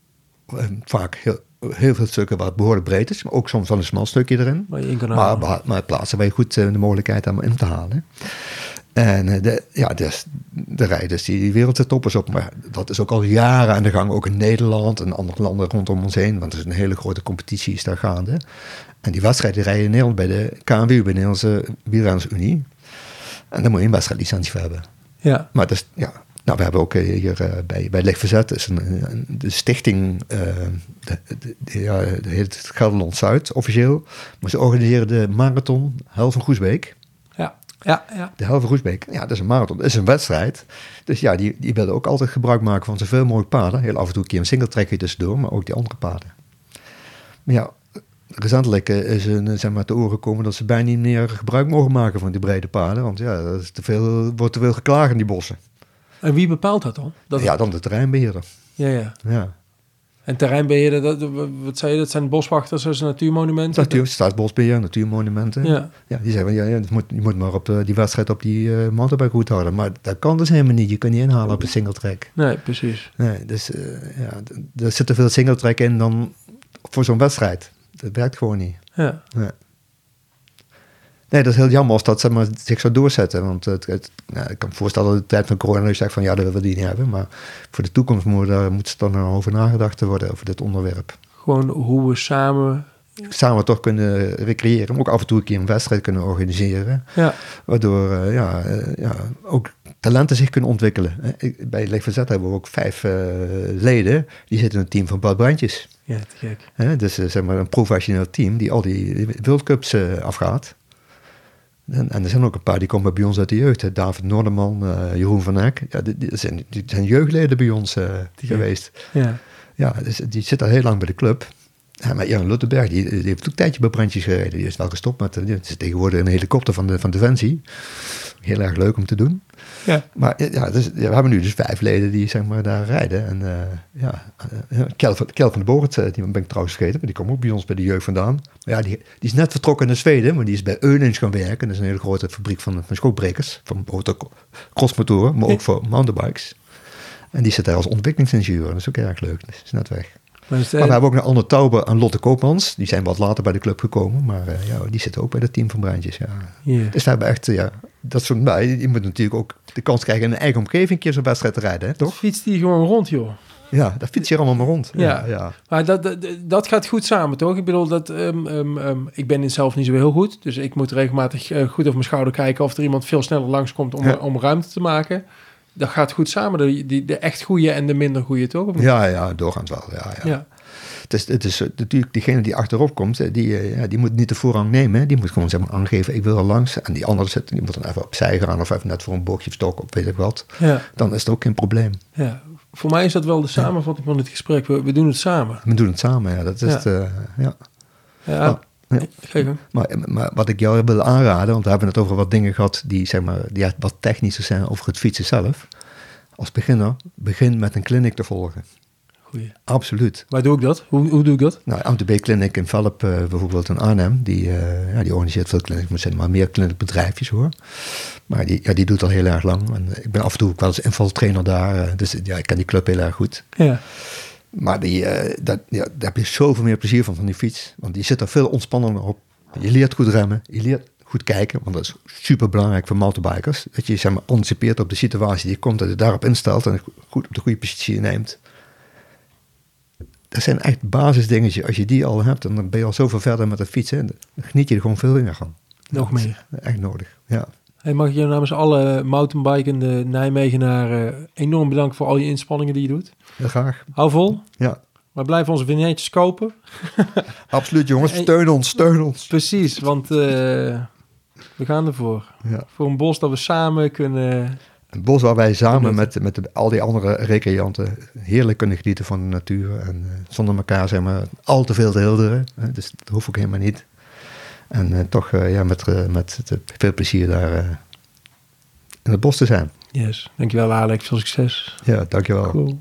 vaak heel, heel veel stukken waar het behoorlijk breed is, maar ook soms wel een smal stukje erin. Maar, je maar, maar, maar plaatsen waar je goed de mogelijkheid aan in te halen. En de, ja, dus, de rijders die wereldtoppers op, maar dat is ook al jaren aan de gang, ook in Nederland en andere landen rondom ons heen, want er is een hele grote competitie is daar gaande. En die wedstrijden rijden in Nederland bij de K N W U, bij de Nederlandse Wielrennersunie. En daar moet je een wedstrijdlicentie voor hebben. Ja. Maar dus, ja, nou, we hebben ook hier uh, bij, bij Licht Verzet, is een, een, de stichting, uh, de, de, de, ja, de heet Gelderland Zuid officieel, maar ze organiseren de marathon Hel van Groesbeek. Ja. Ja, ja. De Hel van Groesbeek, ja, dat is een marathon, dat is een wedstrijd. Dus ja, die, die willen ook altijd gebruik maken van zoveel mogelijk paden. Heel af en toe een keer een singletrekje tussendoor, maar ook die andere paden. Maar ja, recentelijk is een, zeg maar, te oren gekomen dat ze bijna niet meer gebruik mogen maken van die brede paden. Want ja, dat is te veel, wordt te veel geklaagd in die bossen. En wie bepaalt dat dan? Dat ja, het... dan de terreinbeheerder. Ja, ja. ja. En terreinbeheerder, dat, wat zei je, dat zijn boswachters, dat zijn natuurmonumenten? Natuur, staatsbosbeheer, natuurmonumenten. Ja. Ja, die zeggen, ja, ja, je, moet, je moet maar op de, die wedstrijd op die uh, mountainbikeroute houden. Maar dat kan dus helemaal niet. Je kunt niet inhalen op een singletrack. Nee, precies. Nee, dus uh, ja, d- er zit te veel singletrack in dan voor zo'n wedstrijd. Dat werkt gewoon niet. Ja. Nee. Nee, dat is heel jammer als dat zeg maar, zich zou doorzetten. Want het, het, nou, ik kan me voorstellen dat de tijd van corona je zegt van ja, dat willen we die niet hebben. Maar voor de toekomst moet, daar moet er dan over nagedacht worden over dit onderwerp. Gewoon hoe we samen samen toch kunnen recreëren. Maar ook af en toe een keer een wedstrijd kunnen organiseren. Ja. Waardoor uh, ja, uh, ja, ook talenten zich kunnen ontwikkelen. Bij Leg van Zet hebben we ook vijf uh, leden. Die zitten in een team van Bad Brandjes. Ja, te gek. Uh, dus uh, zeg maar een professioneel team die al die, die World Cups uh, afgaat. En, en er zijn ook een paar die komen bij ons uit de jeugd. Hè. David Noorderman, uh, Jeroen van Eck. Ja, die, die, zijn, die zijn jeugdleden bij ons uh, geweest. Ja. Ja, dus die zit al heel lang bij de club. Ja, maar Jan Luttenberg, die, die heeft ook een tijdje bij Brandjes gereden. Die is wel gestopt met... Die is tegenwoordig een helikopter van, de, van Defensie. Heel erg leuk om te doen. Ja. Maar ja, dus, ja, we hebben nu dus vijf leden die zeg maar daar rijden. En uh, ja, uh, Kel, Kel van de Boort, uh, die ben ik trouwens vergeten. Maar die komt ook bij ons bij de jeugd vandaan. Maar ja, die, die is net vertrokken naar Zweden. Maar die is bij Eunens gaan werken. Dat is een hele grote fabriek van, van schootbrekers. Van crossmotoren, maar ook voor mountainbikes. En die zit daar als ontwikkelingsingenieur. Dat is ook erg leuk. Dat is net weg. Maar, maar we hebben ook nog Anne Tauber en Lotte Koopmans. Die zijn wat later bij de club gekomen. Maar uh, ja, die zitten ook bij het team van Brandjes. Ja. Yeah. Dus we hebben echt... Ja, dat soort, nou, je moet natuurlijk ook de kans krijgen... in een eigen omgeving een keer zo'n wedstrijd te rijden. Hè, toch? Fietst die gewoon rond, joh. Ja, dat fiets je allemaal maar rond. Ja, ja. ja. Maar dat, dat, dat gaat goed samen, toch? Ik bedoel, dat, um, um, um, ik ben zelf niet zo heel goed. Dus ik moet regelmatig uh, goed over mijn schouder kijken... of er iemand veel sneller langskomt om, ja. om ruimte te maken... Dat gaat goed samen, de, de, de echt goede en de minder goede, toch? Ja, ja, doorgaans wel. Ja, ja. ja. Het is, het is natuurlijk diegene die achterop komt, die, ja, die moet niet de voorrang nemen. Hè. Die moet gewoon zeg maar aangeven, ik wil er langs. En die andere zit, die moet dan even opzij gaan of even net voor een bochtje of stok op, weet ik wat. Ja. Dan is het ook geen probleem. Ja. Voor mij is dat wel de samenvatting van het gesprek. We, we doen het samen. We doen het samen, ja. Dat is ja. Het, uh, ja. Ja. Oh. Ja. Maar, maar wat ik jou wil aanraden, want we hebben het over wat dingen gehad die, zeg maar, die wat technischer zijn over het fietsen zelf. Als beginner, begin met een clinic te volgen. Goeie. Absoluut. Waar doe ik dat? Hoe, hoe doe ik dat? Nou, M T B Clinic in Velp, uh, bijvoorbeeld in Arnhem, die, uh, ja, die organiseert veel clinics, maar het zijn maar meer clinicbedrijfjes hoor. Maar die, ja, die doet al heel erg lang. En ik ben af en toe ook wel eens invaltrainer daar, uh, dus ja, ik ken die club heel erg goed. Ja. Maar die, uh, dat, ja, daar heb je zoveel meer plezier van, van die fiets. Want die zit er veel ontspannender op. Je leert goed remmen, je leert goed kijken, want dat is super belangrijk voor mountainbikers. Dat je zeg maar anticipeert op de situatie die komt, dat je daarop instelt en goed op de goede positie neemt. Dat zijn echt basisdingetjes. Als je die al hebt, dan ben je al zoveel verder met het fietsen. Dan geniet je er gewoon veel meer van. Nog meer. Echt nodig, ja. Hey, mag ik je namens alle mountainbikende Nijmegenaren enorm bedanken voor al je inspanningen die je doet. Heel graag. Hou vol. Ja. Maar blijf onze vignetjes kopen. Absoluut jongens, steun ons, steun ons. Precies, want uh, we gaan ervoor. Ja. Voor een bos dat we samen kunnen... Een bos waar wij samen met, met de, al die andere recreanten heerlijk kunnen genieten van de natuur. En uh, zonder elkaar zeg maar al te veel te hilderen. Uh, dus dat hoeft ook helemaal niet. En uh, toch uh, ja, met, uh, met uh, veel plezier daar uh, in het bos te zijn. Yes, dankjewel Alex, veel succes. Ja, dankjewel. Cool.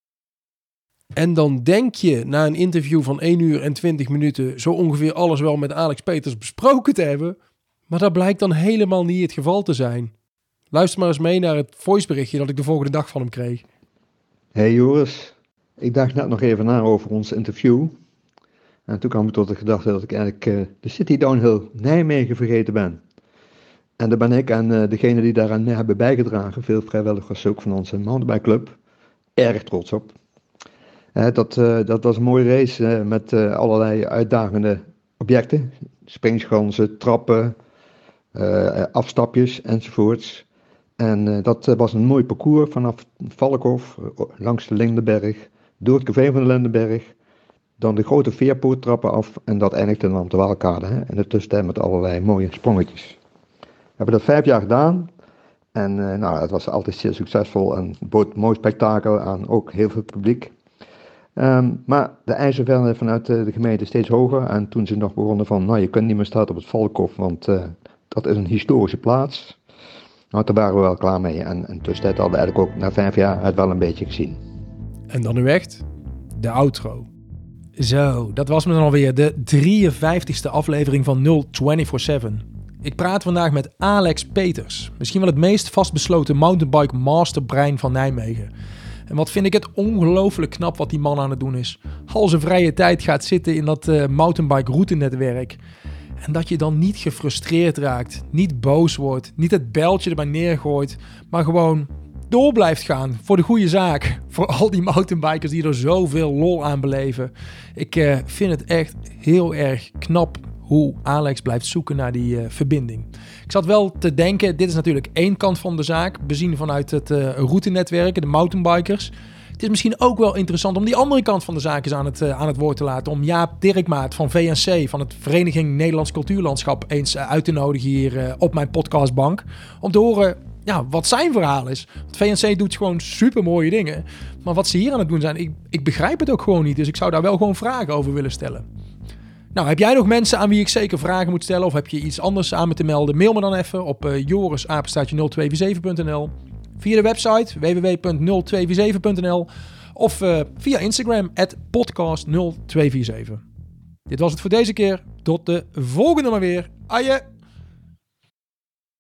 En dan denk je na een interview van één uur en twintig minuten zo ongeveer alles wel met Alex Peters besproken te hebben. Maar dat blijkt dan helemaal niet het geval te zijn. Luister maar eens mee naar het voiceberichtje dat ik de volgende dag van hem kreeg. Hey Joris, ik dacht net nog even na over ons interview. En toen kwam ik tot de gedachte dat ik eigenlijk uh, de City Downhill Nijmegen vergeten ben. En daar ben ik en uh, degene die daaraan hebben bijgedragen, veel vrijwilligers ook van onze mountainbikeclub, erg trots op. Uh, dat, uh, dat was een mooie race uh, met uh, allerlei uitdagende objecten. Springschansen, trappen, uh, afstapjes enzovoorts. En uh, dat uh, was een mooi parcours vanaf Valkhof, uh, langs de Lindenberg, door het café van de Lindenberg. Dan de grote veerpoorttrappen af en dat eindigde dan op de Waalkade. Hè, en de tussentijd met allerlei mooie sprongetjes. We hebben dat vijf jaar gedaan. En uh, nou, het was altijd zeer succesvol en bood een mooi spektakel aan ook heel veel publiek. Um, maar de eisen werden vanuit de, de gemeente steeds hoger. En toen ze nog begonnen van, nou je kunt niet meer starten op het Valkhof, want uh, dat is een historische plaats. Nou, daar waren we wel klaar mee. En, en tussentijd hadden we eigenlijk ook na vijf jaar het wel een beetje gezien. En dan nu echt de outro. Zo, dat was me dan alweer de drieënvijftigste aflevering van nul vierentwintig zeven. Ik praat vandaag met Alex Peters. Misschien wel het meest vastbesloten mountainbike masterbrein van Nijmegen. En wat vind ik het ongelooflijk knap wat die man aan het doen is. Al zijn vrije tijd gaat zitten in dat uh, mountainbike routenetwerk. En dat je dan niet gefrustreerd raakt, niet boos wordt, niet het bijltje erbij neergooit, maar gewoon door blijft gaan voor de goede zaak. Voor al die mountainbikers die er zoveel lol aan beleven. Ik uh, vind het echt heel erg knap hoe Alex blijft zoeken naar die uh, verbinding. Ik zat wel te denken, dit is natuurlijk één kant van de zaak. Bezien vanuit het uh, routenetwerk, de mountainbikers. Het is misschien ook wel interessant om die andere kant van de zaak eens aan het, uh, aan het woord te laten. Om Jaap Dirkmaat van V N C, van het Vereniging Nederlands Cultuurlandschap, eens uh, uit te nodigen hier uh, op mijn podcastbank. Om te horen ja, wat zijn verhaal is. Want V N C doet gewoon super mooie dingen. Maar wat ze hier aan het doen zijn, ik, ik begrijp het ook gewoon niet. Dus ik zou daar wel gewoon vragen over willen stellen. Nou, heb jij nog mensen aan wie ik zeker vragen moet stellen? Of heb je iets anders aan me te melden? Mail me dan even op uh, joris apenstaartje nul twee vier zeven punt n l. Via de website w w w punt nul twee vier zeven punt n l. Of uh, via Instagram at podcast nul twee vier zeven. Dit was het voor deze keer. Tot de volgende maar weer. Aje!